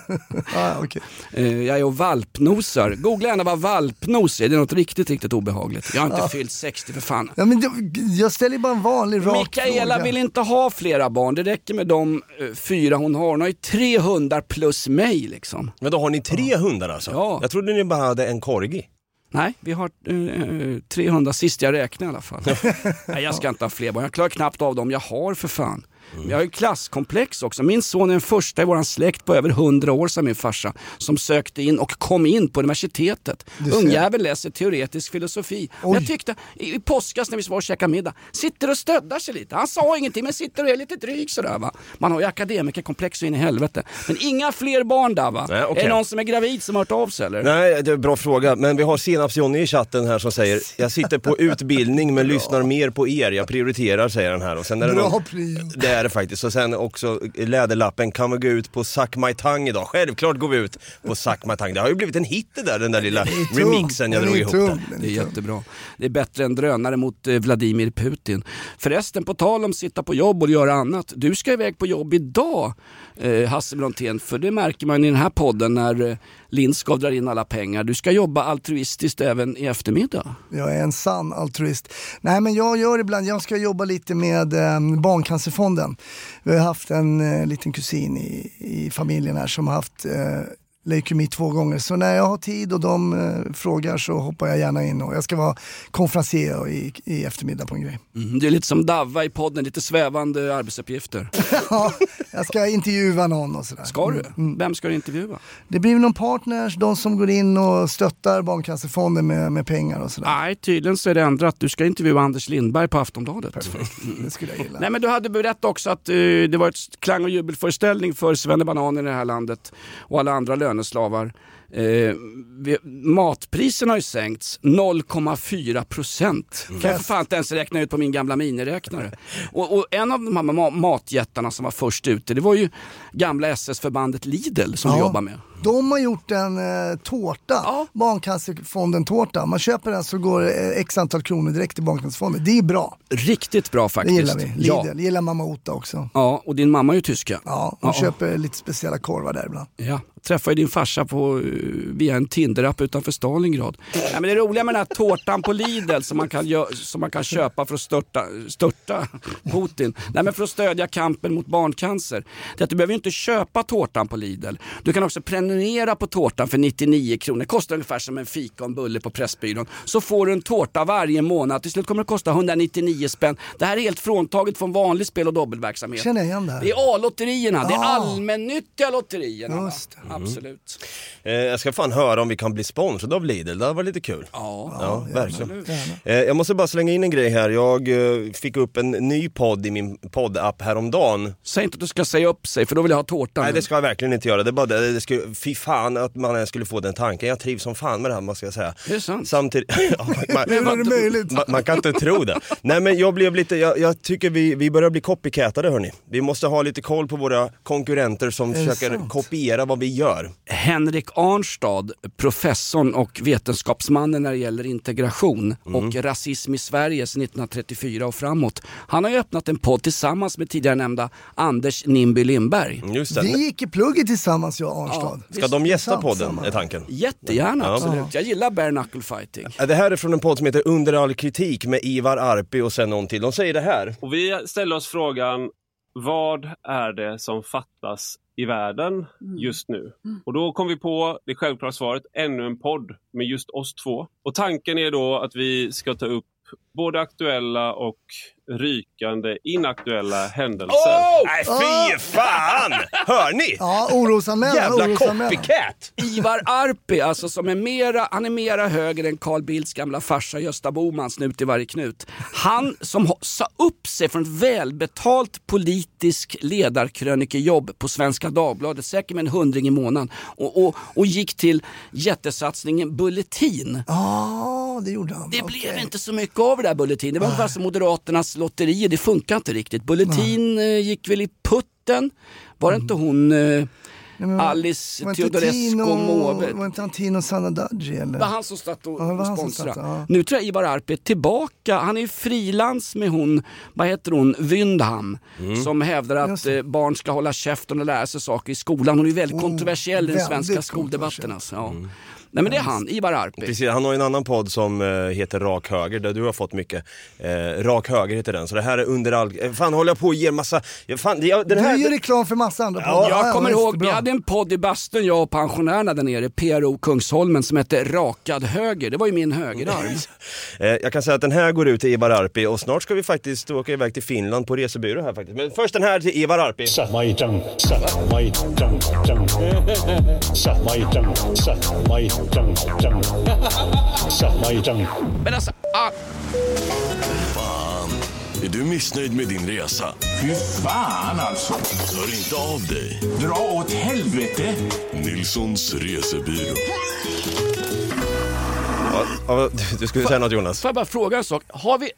ah, okay. Jag är och valpnosar. Googla gärna vad valpnos är. Det är något riktigt, riktigt obehagligt. Jag har inte ja. fyllt sextio för fan. Ja, men jag ställer bara en vanlig rak Mikaela fråga. Vill inte ha flera barn. Det räcker med de uh, fyra hon har. Hon har ju tre hundar plus mig liksom. Men då har ni tre hundar alltså? Ja. Jag trodde ni bara hade en korgi. Nej, vi har uh, tre hundar sist jag räknar i alla fall. Nej, jag ska inte ha fler barn. Jag klarar knappt av dem jag har för fan. Mm. Jag har ju klasskomplex också. Min son är den första i våran släkt på över hundra år sedan min farsa som sökte in och kom in på universitetet. Ungjävel läser teoretisk filosofi. Jag tyckte i, i påskas när vi var och käkade middag, sitter och stöddar sig lite. Han sa ingenting men sitter och är lite dryg sådär va. Man har ju akademikerkomplex så in i helvete. Men inga fler barn där va? Nej, okay. Är det någon som är gravid som har hört av sig eller? Nej, det är en bra fråga. Men vi har Senaps-Johnny i chatten här som säger jag sitter på utbildning men lyssnar mer på er. Jag prioriterar säger han här. Och sen är det bra någon... prio. Det är det faktiskt. Och sen också läderlappen kan vi gå ut på Suck My Tongue idag. Självklart går vi ut på Suck My Tongue. Det har ju blivit en hit det där, den där lilla remixen jag drog ihop där. Det är jättebra. Det är bättre än drönare mot eh, Vladimir Putin. Förresten, på tal om sitta på jobb och göra annat. Du ska iväg på jobb idag, eh, Hasse Brontén. För det märker man i den här podden när eh, Lindskov drar in alla pengar. Du ska jobba altruistiskt även i eftermiddag. Jag är en sann altruist. Nej, men jag gör ibland, jag ska jobba lite med eh, Barncancerfonden. Vi har haft en eh, liten kusin i, i familjen här som har haft eh, leukemi två gånger. Så när jag har tid och de eh, frågar så hoppar jag gärna in och jag ska vara konferencier i, i eftermiddag på en grej. Mm, det är lite som Davva i podden, lite svävande arbetsuppgifter. Ja, jag ska intervjua någon och sådär. Ska du? Mm. Vem ska du intervjua? Det blir någon partners, de som går in och stöttar Barncancerfonden med, med pengar och sådär. Nej, tydligen så är det ändrat. Du ska intervjua Anders Lindberg på Aftonbladet. Perfekt, mm. det skulle jag gilla. Nej, men du hade berättat också att uh, det var ett klang- och jubelföreställning för Svennebanan i det här landet och alla andra löneslavar. Eh, vi, matpriserna har ju sänkts noll komma fyra procent. Mm. Kan jag för fan inte ens räkna ut på min gamla miniräknare. och, och en av de här ma- matjättarna som var först ute, det var ju gamla S S-förbandet Lidl som ja, vi jobbar med. De har gjort en eh, tårta, ja. Barncancerfonden-tårta. Man köper den så går eh, x antal kronor direkt till Barncancerfonden. Det är bra. Riktigt bra faktiskt. Det gillar vi. Lidl. Ja. Gillar mamma Ota också. Ja, och din mamma är ju tyska. Ja, hon ja, köper ja. lite speciella korvar där ibland. Ja, träffade din farsa på, via en Tinder-app utanför Stalingrad. Ja, men det roliga med den här tårtan på Lidl som man kan, gö- som man kan köpa för att störta, störta Putin. Nej, men för att stödja kampen mot barncancer. Det är att du behöver inte köpa tårtan på Lidl. Du kan också prenumerera på tårtan för nittionio kronor. Det kostar ungefär som en fika och en bulle på Pressbyrån. Så får du en tårta varje månad. Till slut kommer det kosta etthundranittionio spänn. Det här är helt fråntaget från vanlig spel- och dobbelverksamhet. Känner jag igen det här? Det är A-lotterierna. Ah. Det är Ah. allmännyttiga lotterierna. Just det. Mm. Absolut. Eh, jag ska fan höra om vi kan bli sponsrade av Lidl. Det var lite kul. Ja, ja, ja verkligen. Eh, jag måste bara slänga in en grej här. Jag eh, fick upp en ny podd i min poddapp häromdagen. Säg inte att du ska säga upp sig, för då vill jag ha tårtan. Nej, det ska jag verkligen inte göra. Det är bara det. Det skulle, fy fan att man ens skulle få den tanken. Jag trivs som fan med det här, måste jag säga. Det är sant. Samtidigt, ja, man, men man, är det möjligt? Man, man kan inte tro det. Nej, men jag blev lite, jag, jag tycker vi, vi börjar bli copycatade, hörni. Vi måste ha lite koll på våra konkurrenter som försöker sant? kopiera vad vi gör. Henrik Arnstad, professorn och vetenskapsmannen när det gäller integration mm. och rasism i Sverige sedan nittonhundratrettiofyra och framåt. Han har ju öppnat en podd tillsammans med tidigare nämnda Anders Nimby Lindberg. Just det. Vi gick i plugget tillsammans, jag och Arnstad. Ja, ska de gästa podden, är tanken? Jättegärna, ja. absolut. Jag gillar bare knuckle fighting. Det här är från en podd som heter Under all kritik med Ivar Arpi och sen någon till. De säger det här. Och vi ställer oss frågan, vad är det som fattas i världen just nu? Mm. Och då kom vi på det självklara svaret, ännu en podd med just oss två. Och tanken är då att vi ska ta upp både aktuella och rykande inaktuella händelser. Oh! Nej, fy fan! Hör ni? Ja, orosanmälan. Jävla orosanmälan. copycat! Ivar Arpi, alltså som är mera, han är mera höger än Carl Bildts gamla farsa Gösta Boman, snut i varje knut. Han som sa upp sig från ett välbetalt politisk ledarkrönikejobb på Svenska Dagbladet, säkert med en hundring i månaden, och, och, och gick till jättesatsningen Bulletin. Ja, det gjorde han. Det okay. blev inte så mycket av det där Bulletin. Det var ungefär som Moderaternas lotterier, det funkar inte riktigt. Bulletin eh, gick väl i putten. Var det mm. inte hon... Eh, Nej, men, Alice Teodorescu Måwe. Var inte Antino Sanadaggi eller? Det var han som satt och, ja, och sponsrade. Ja. Nu tror jag Ivar Arpi är tillbaka. Han är ju frilans med hon, vad heter hon, Wyndham, mm. som hävdar att eh, barn ska hålla käften och lära sig saker i skolan. Hon är ju väldigt oh, kontroversiell i den svenska skoldebatten. Alltså. Ja. Mm. Nej, men det är han, Ivar Arpi. Precis, han har en annan podd som uh, heter Rak Höger, där du har fått mycket. Uh, Rak Höger heter den, så det här är under all... Uh, fan, håller jag på att ge massa... Uh, fan, jag, den här... Du gör reklam för massa andra poddar. Ja, jag ja, kommer ja, ihåg, vi hade en podd i bastun, jag och pensionärerna där nere, P R O Kungsholmen, som hette Rakad Höger. Det var ju min högerarm. uh, jag kan säga att den här går ut till Ivar Arpi, och snart ska vi faktiskt åka iväg till Finland på resebyrå här faktiskt. Men först den här till Ivar Arpi. Men alltså, ah. Fan, är du missnöjd med din resa? Fy fan alltså. Hör inte av dig. Dra åt helvete. Nilssons resebyrå. Ja, ja, du skulle säga något, Jonas. Får jag bara fråga en sak? Har vi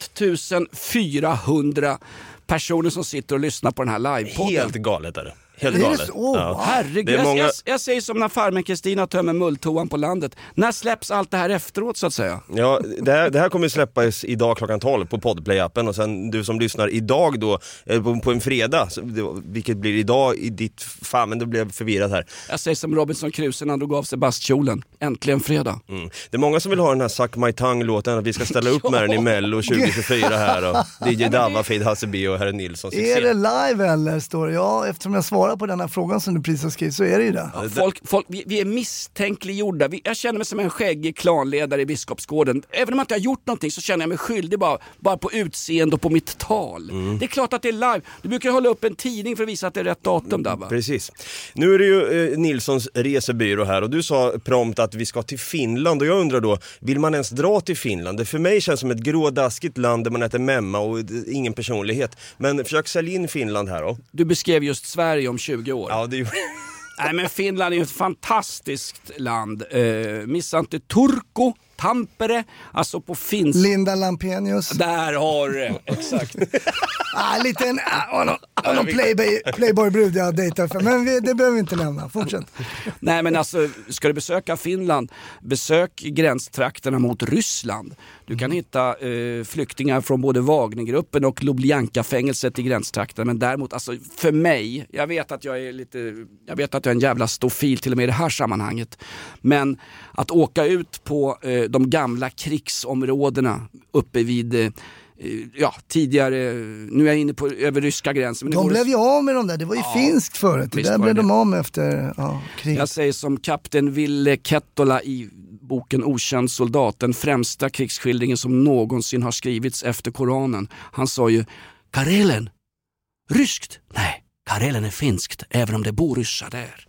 ettusenfyrahundra personer som sitter och lyssnar på den här livepodden? Helt galet är det. Helt är galet. det så? Ja. Herregud, många... jag, jag säger som när farmen Kristina tömmer mulltoan på landet. När släpps allt det här efteråt så att säga? Ja, det här, det här kommer släppas idag klockan tolv på Podplay-appen, och sen du som lyssnar idag då på, på en fredag, vilket blir idag i ditt fan, men det blev förvirrat här. Jag säger som Robinson Crusoe när han drog av sig bastkjolen. Äntligen fredag. Mm. Det är många som vill ha den här Suck My Tongue-låten, att vi ska ställa upp med den i Mello tjugo tjugofyra här, och D J Dava, Fade Hasseby och Herre Nilsson. Är det live eller står det? Ja, eftersom jag svarar på den här frågan som du precis har skrivit, så är det ju det. Ja, folk, folk, vi, vi är misstänkliggjorda. Vi, jag känner mig som en skäggig klanledare i Biskopsgården. Även om jag inte har gjort någonting så känner jag mig skyldig bara, bara på utseende och på mitt tal. Mm. Det är klart att det är live. Du brukar hålla upp en tidning för att visa att det är rätt datum där, va? Precis. Nu är det ju eh, Nilssons resebyrå här, och du sa prompt att vi ska till Finland, och jag undrar då, vill man ens dra till Finland? Det för mig känns som ett grådaskigt land där man äter memma och ingen personlighet. Men försök sälja in Finland här då. Du beskrev just Sverige om tjugo år. Ja, det gjorde Nej, men Finland är ju ett fantastiskt land. Eh, missa inte Turku, Tampere, alltså på finsk... Linda Lampenius. Där har du exakt. ah, lite en ah, någon, någon playboy, playboy-brud jag dejtar för, men vi, det behöver vi inte nämna. Fortsätt. Nej, men alltså, ska du besöka Finland, besök gränstrakterna mot Ryssland. Du kan hitta eh, flyktingar från både Wagnergruppen och Lubjanka-fängelset i gränstrakterna, men däremot, alltså för mig, jag vet att jag är lite, jag vet att jag är en jävla stofil till och med i det här sammanhanget, men att åka ut på eh, de gamla krigsområdena uppe vid eh, ja, tidigare, nu är jag inne på över ryska gränsen. Men de det blev ju av med dem där, det var ju ja, finskt förut, där blev de av med efter ja, krig. Jag säger som kapten Ville Kettola i boken Okänd soldat, den främsta krigsskildringen som någonsin har skrivits efter Koranen. Han sa ju, Karelen, ryskt? Nej, Karelen är finskt, även om det bor ryssar där.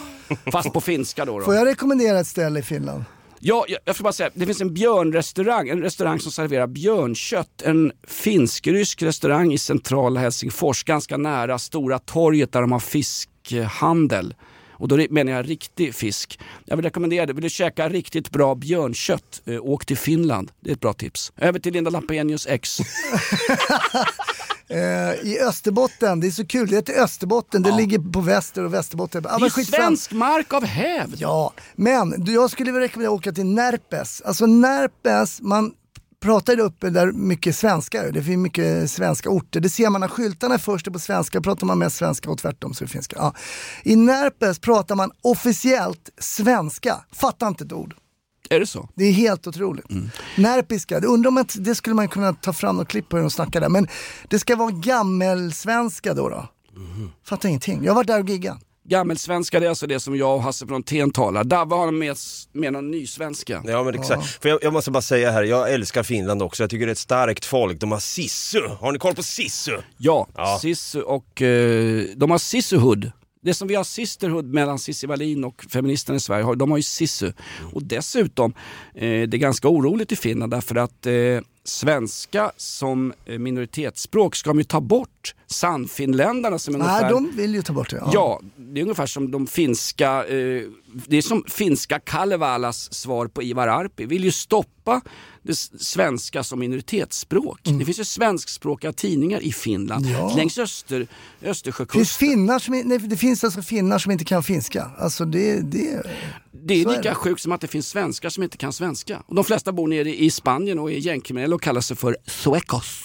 Fast på finska då, då. Får jag rekommendera ett ställe i Finland? Ja, jag, jag får bara säga, det finns en björnrestaurang, en restaurang som serverar björnkött, en finsk-rysk restaurang i centrala Helsingfors, ganska nära Stora torget där de har fiskhandel. Och då menar jag riktig fisk. Jag vill rekommendera det. Vill du käka riktigt bra björnkött, eh, åk till Finland. Det är ett bra tips. Över till Linda Lampenius ex. Eh, I Österbotten, det är så kul, det heter Österbotten, det Ja. ligger på väster och Västerbotten. Ah, Det är svensk mark av hävd. Ja, men du, jag skulle vilja rekommendera att åka till Närpes. Alltså Närpes, man pratar där uppe där mycket svenska, det finns mycket svenska orter. Det ser man när skyltarna först är på svenska, pratar man mest svenska och tvärtom så är det finska. Ja. I Närpes pratar man officiellt svenska, fattar inte ett ord. Är det så? Det är helt otroligt. Mm. Närpiska, det undrar om att det skulle man kunna ta fram något klipp på och snacka där. Men det ska vara gammelsvenska då då. Mm. Fattar ingenting. Jag har varit där och giggat. Gammelsvenska, det är alltså det som jag och Hasse Brontén talar. Där var han med, med någon ny svenska. Ja, men exakt. Ja. För jag, jag måste bara säga här, jag älskar Finland också. Jag tycker det är ett starkt folk. De har Sissu. Har ni koll på Sissu? Ja, ja. Sissu och eh, de har Sissuhood. Det som vi har sisterhood mellan Cissi Wallin och feministerna i Sverige, de har ju Sissu. Och dessutom, eh, det är ganska oroligt i Finland därför att eh, svenska som minoritetsspråk ska de ju ta bort. Sannfinländarna som är Nej, ungefär... de vill ju ta bort det. Ja, ja det är ungefär som de finska... Eh, det är som finska Kalevalas svar på Ivar Arpi. Vill ju stoppa det svenska som minoritetsspråk. Mm. Det finns ju svenskspråkiga tidningar i Finland. Ja. Längs Öster, Östersjökusten. Finns finnar som, nej, det finns alltså finnar som inte kan finska. Alltså det... det... Det är lika är det. Sjukt som att det finns svenskar som inte kan svenska. Och de flesta bor nere i Spanien och är gängkriminella och kallar sig för suecos.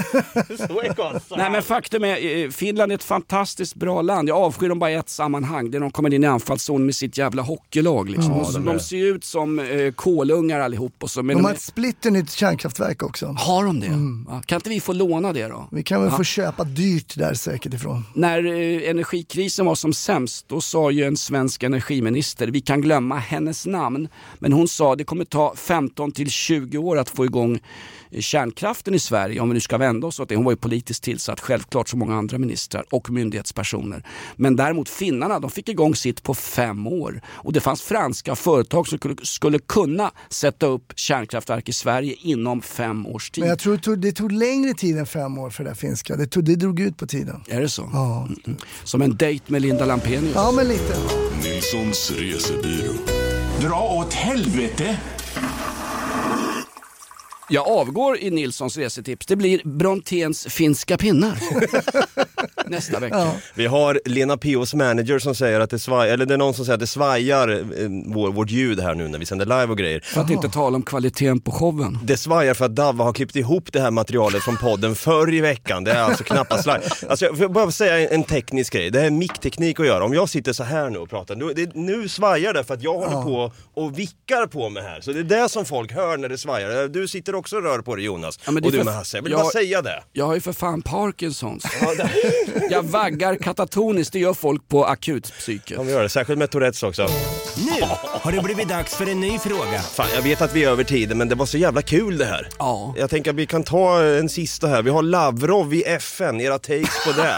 Suecos. Nej, men faktum är, Finland är ett fantastiskt bra land. Jag avskyr dem bara i ett sammanhang. Där de kommer in i anfallszon med sitt jävla hockeylag. Liksom. Ja, de, de ser ut som eh, kolungar allihop. Och så, men de, de har är... ett splitternytt kärnkraftverk också. Har de det? Mm. Ja, kan inte vi få låna det då? Vi kan väl ja. få köpa dyrt där säkert ifrån. När eh, energikrisen var som sämst, då sa ju en svensk energiminister, vi kan glömma hennes namn, men hon sa det kommer ta femton till tjugo år att få igång kärnkraften i Sverige, om vi nu ska vända oss åt det. Hon var ju politiskt tillsatt, självklart som många andra ministrar och myndighetspersoner. Men däremot finnarna, de fick igång sitt på fem år. Och det fanns franska företag som skulle, skulle kunna sätta upp kärnkraftverk i Sverige inom fem års tid. Men jag tror det tog, det tog längre tid än fem år för det finska. Det, tog, det drog ut på tiden. Är det så? Ja. Mm. Som en dejt med Linda Lampenius. Ja, men lite. Nilssons resebyrå. Dra åt helvete! Jag avgår i Nilssons resetips. Det blir Bronténs finska pinnar. Nästa vecka. Ja. Vi har Lena Pios manager som säger att det svajar, eller det är någon som säger att det svajar eh, vår, vårt ljud här nu när vi sänder live och grejer. För att inte tala om kvaliteten på showen. Det svajar för att Davva har klippt ihop det här materialet från podden förr i veckan. Det är alltså knappast live. Alltså jag får bara säga en teknisk grej. Det är mickteknik att göra. Om jag sitter så här nu och pratar, nu, det, nu svajar det för att jag håller ja. på och vickar på mig här. Så det är det som folk hör när det svajar. Du sitter också och rör på det, Jonas. Ja, och du med Hasse. Jag vill jag, bara säga det. Jag har ju för fan Parkinsons. Jag vaggar katatoniskt, det gör folk på akutpsyke. Ja, vi gör det, särskilt med Tourettes också. Nu har det blivit dags för en ny fråga. Fan, jag vet att vi är över tiden, men det var så jävla kul det här. Ja. Jag tänker att vi kan ta en sista här. Vi har Lavrov i F N, era takes på det.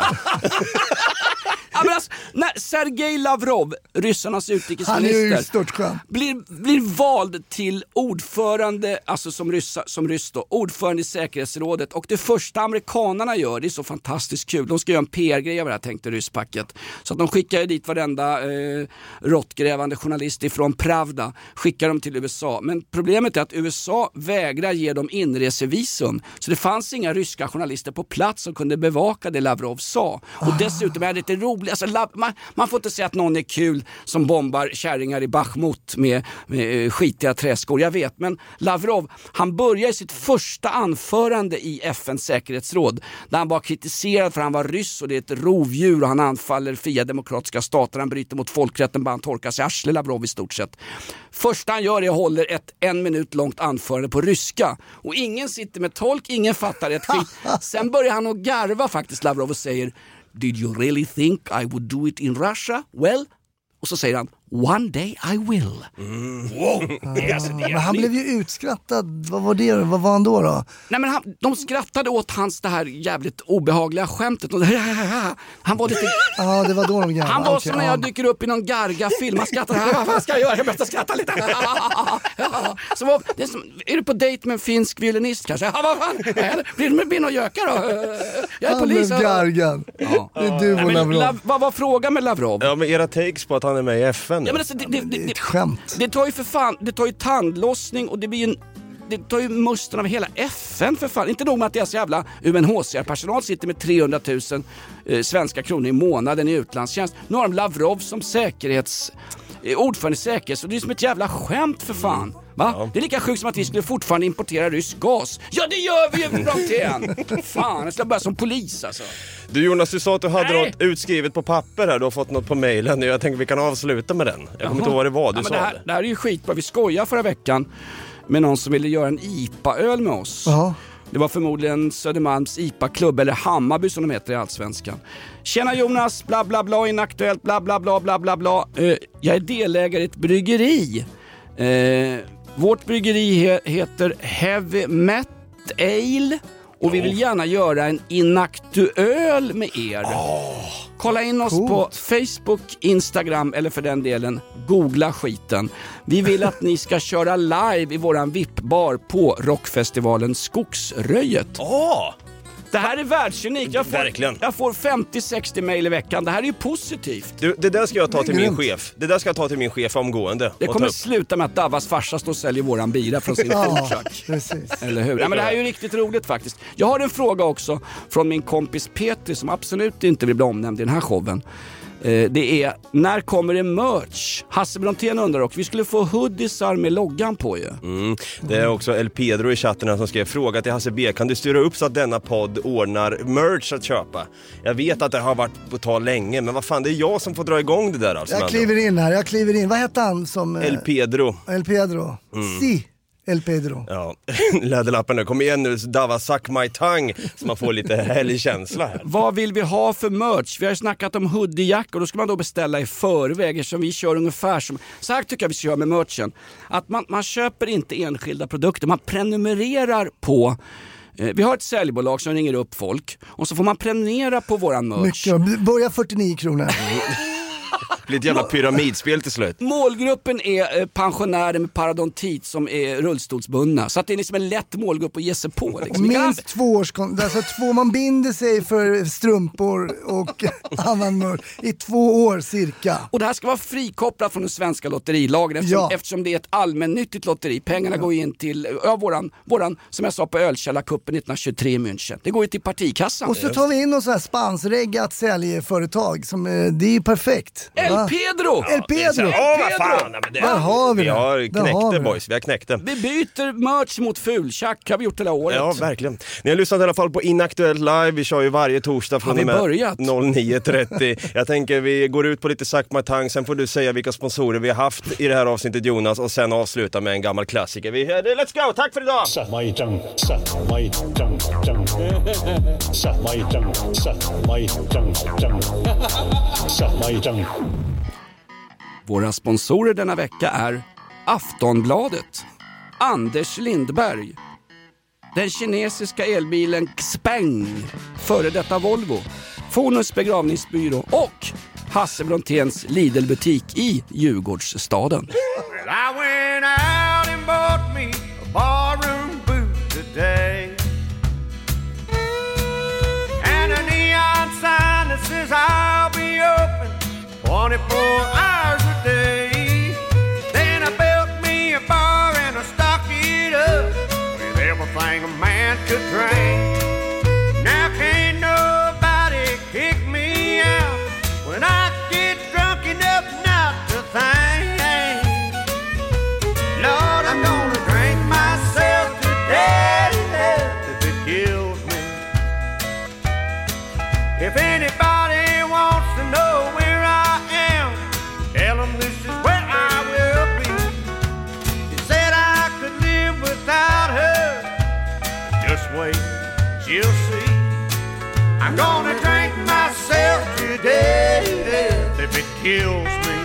Ja, men alltså, när Sergej Lavrov, ryssarnas utrikesminister, blir, blir vald till ordförande, alltså som, ryssa, som ryss då, ordförande i säkerhetsrådet, och det första amerikanerna gör, det är så fantastiskt kul, de ska göra en P R-grej av det här, tänkte rysspacket, så att de skickar dit varenda eh, råttgrävande journalist ifrån Pravda, skickar dem till U S A, men problemet är att U S A vägrar ge dem inresevisum, så det fanns inga ryska journalister på plats som kunde bevaka det Lavrov sa, och dessutom är det lite roligt. Alltså, man, man får inte säga att någon är kul som bombar kärringar i Bachmut med, med skitiga träskor, jag vet, men Lavrov, han börjar i sitt första anförande i F N:s säkerhetsråd där han var kritiserad för att han var ryss och det är ett rovdjur och han anfaller fria demokratiska stater, han bryter mot folkrätten, bara han torkar sig arsle, Lavrov i stort sett. Första han gör är att hålla ett en minut långt anförande på ryska och ingen sitter med tolk, ingen fattar ett skit. Sen börjar han att garva faktiskt, Lavrov, och säger: Did you really think I would do it in Russia? Well, och så säger han, one day I will. Mm. Wow. Ah, alltså, men han blev ju utskrattad. Vad var det? Vad var han då då? Nej, men han, de skrattade åt hans det här jävligt obehagliga skämtet. Han var lite... Ja, det var då de garvade. Han var okay, som när jag dyker upp i någon Garga-film. Han skrattar. Vad ska jag göra? Jag måste skratta lite. Så vad, det är, som, är du på dejt med en finsk violinist kanske? Ja, vad fan? Blir du med bin och gökar då? Jag är polis. Han blev Gargan. Ja. Det är du och Lavrov. Lav, vad var frågan med Lavrov? Ja, men era takes på att han är med i F N. Ja, men alltså, det, det, det, det är ett skämt. Det tar ju för fan, det tar ju tandlossning och det blir en det tar ju musten av hela F N för fan. Inte nog med att deras jävla U N H C R-personal sitter med trehundratusen eh, svenska kronor i månaden i utlandstjänst. Nu har de Lavrov som säkerhets... Eh, ordförande i säkerhets... Och det är som ett jävla skämt för fan. Va? Ja. Det är lika sjukt som att vi skulle fortfarande importera rysk gas. Ja, det gör vi ju Brontén! Fan, jag ska börja som polis alltså. Du Jonas, du sa att du hade Nej. något utskrivet på papper här. Du har fått något på mejlen. Jag tänker vi kan avsluta med den. Jag kommer Jaha. inte ihåg vad det var du ja, sa. Det här, det. det här är ju skitbra. Vi skojade förra veckan med någon som ville göra en I P A-öl med oss. Ja. Det var förmodligen Södermalms I P A-klubb, eller Hammarby som de heter i Allsvenskan. Tjena Jonas, bla bla bla, inaktuellt, bla bla bla bla bla bla. Uh, jag är delägare i ett bryggeri. Uh, vårt bryggeri he- heter Heavy Met Ale. Och vi vill gärna göra en inaktuell med er. Oh, Kolla in oss coolt. På Facebook, Instagram eller för den delen googla skiten. Vi vill att ni ska köra live i våran V I P-bar på rockfestivalen Skogsröjet. Åh! Oh. Det här är världsunikt. Jag får, Verkligen. jag får femtio sextio mejl i veckan. Det här är ju positivt. Du, det där ska jag ta till min grymt. chef. Det där ska jag ta till min chef omgående. Det kommer sluta med att Davas farsa står och säljer våran bira från sin Ja, foodtruck. precis. Eller hur? Ja, men det här är ju riktigt roligt faktiskt. Jag har en fråga också från min kompis Petri som absolut inte vill bli omnämnd i den här showen. Eh, det är, när kommer det merch? Hasse Brontén undrar också. Vi skulle få hoodiesar med loggan på ju. Mm. Det är också El Pedro i chatten här som skrev fråga till Hasse B. Kan du styra upp så att denna podd ordnar merch att köpa? Jag vet att det har varit på tal länge, men vad fan, det är jag som får dra igång det där alltså. Jag kliver in här, jag kliver in. Vad heter han som... El Pedro. El Pedro. Mm. Si. El Pedro. Ja, läderlappen nu. Kom igen nu, Dava, suck my tongue. Så man får lite härlig känsla här. Vad vill vi ha för merch? Vi har ju snackat om hoodiejackor. Då ska man då beställa i förväg eftersom vi kör ungefär som... Så här tycker jag vi ska göra med merchen. Att man, man köper inte enskilda produkter. Man prenumererar på... Eh, vi har ett säljbolag som ringer upp folk. Och så får man prenumerera på våran merch. Mycket. Börja fyrtionio kronor. Det blir ett jävla pyramidspel till slut. Målgruppen är eh, pensionärer med parodontit som är rullstolsbundna. Så att det är liksom en lätt målgrupp att ge sig på. Liksom. Minst kan... två års... Alltså två, man binder sig för strumpor och annan mör i två år cirka. Och det här ska vara frikopplat från den svenska lotterilagen eftersom, ja. eftersom det är ett allmännyttigt lotteri. Pengarna ja. går in till, ja, våran, våran, som jag sa på Ölkällarkuppen nittonhundratjugotre i München. Det går ju till partikassan. Och så tar vi in någon sån här spansreggat säljföretag som, det är ju perfekt. El Pedro! El Pedro! Åh, vad fan! Ja, men det, där har vi vi det. har knäckt har det, vi boys. Vi har knäckt det. Vi byter merch mot fultjack. Har vi gjort hela året. Ja, verkligen. Ni har lyssnat i alla fall på Inaktuellt live. Vi kör ju varje torsdag från nio trettio. Jag tänker vi går ut på lite Suck My Tongue. Sen får du säga vilka sponsorer vi har haft i det här avsnittet, Jonas. Och sen avsluta med en gammal klassiker. Vi, let's go! Tack för idag! Suck my tongue, suck my tongue, tongue. Suck my tongue, suck my tongue, tongue. Suck my tongue. Våra sponsorer denna vecka är Aftonbladet, Anders Lindberg, den kinesiska elbilen Xpeng, före detta Volvo, Fonus begravningsbyrå och Hasse Bronténs Lidl-butik i Djurgårdsstaden. I went out and bought me a barroom boot today, and a neon sign that says I'll be open twenty-four hours a day. Then I built me a bar and I stocked it up with everything a man could drink. Now can't nobody kick me out when I get drunk enough not to think. Lord, I'm gonna drink myself to death if it kills me. If anybody wants to know where I am, tell them this is where I will be. She said I could live without her. Just wait, she'll see. I'm gonna drink myself to death if it kills me.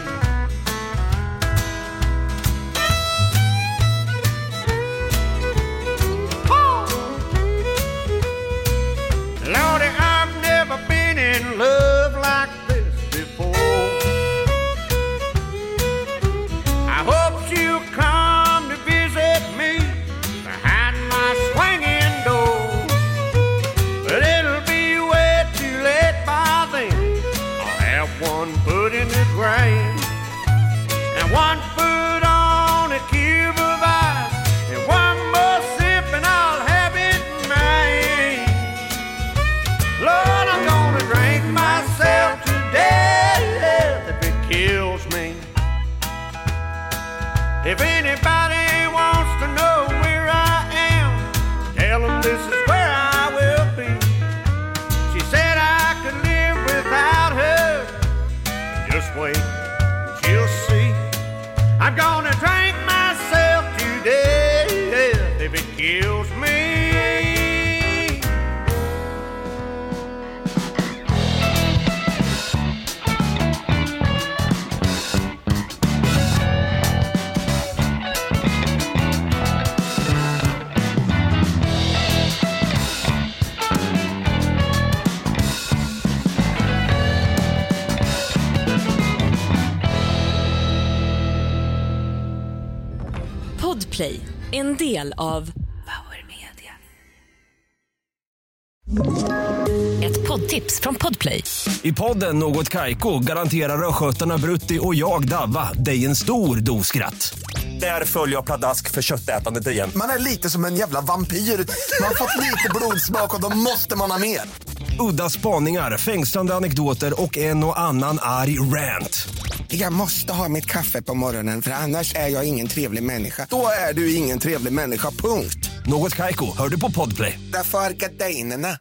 Lordy, I've never been in love like this before. I hope she'll come to visit me behind my swinging door. But it'll be way too late by then. I'll have one foot in the grave and one foot on a cube of ice and one more way. You'll see, I'm gonna drink myself to death if it kills me. Podplay, en del av Power Media. Ett poddtips från Podplay. I podden Något Kaiko garanterar röskötarna Brutti och jag Davva dig en stor dos skratt. Där följer jag pladask för köttätandet igen. Man är lite som en jävla vampyr. Man har fått lite blodsmak och då måste man ha mer. Udda spaningar, fängslande anekdoter och en och annan arg rant. Jag måste ha mitt kaffe på morgonen för annars är jag ingen trevlig människa. Då är du ingen trevlig människa, punkt. Något Kaiko, hör du på Podplay. Därför är gardinerna.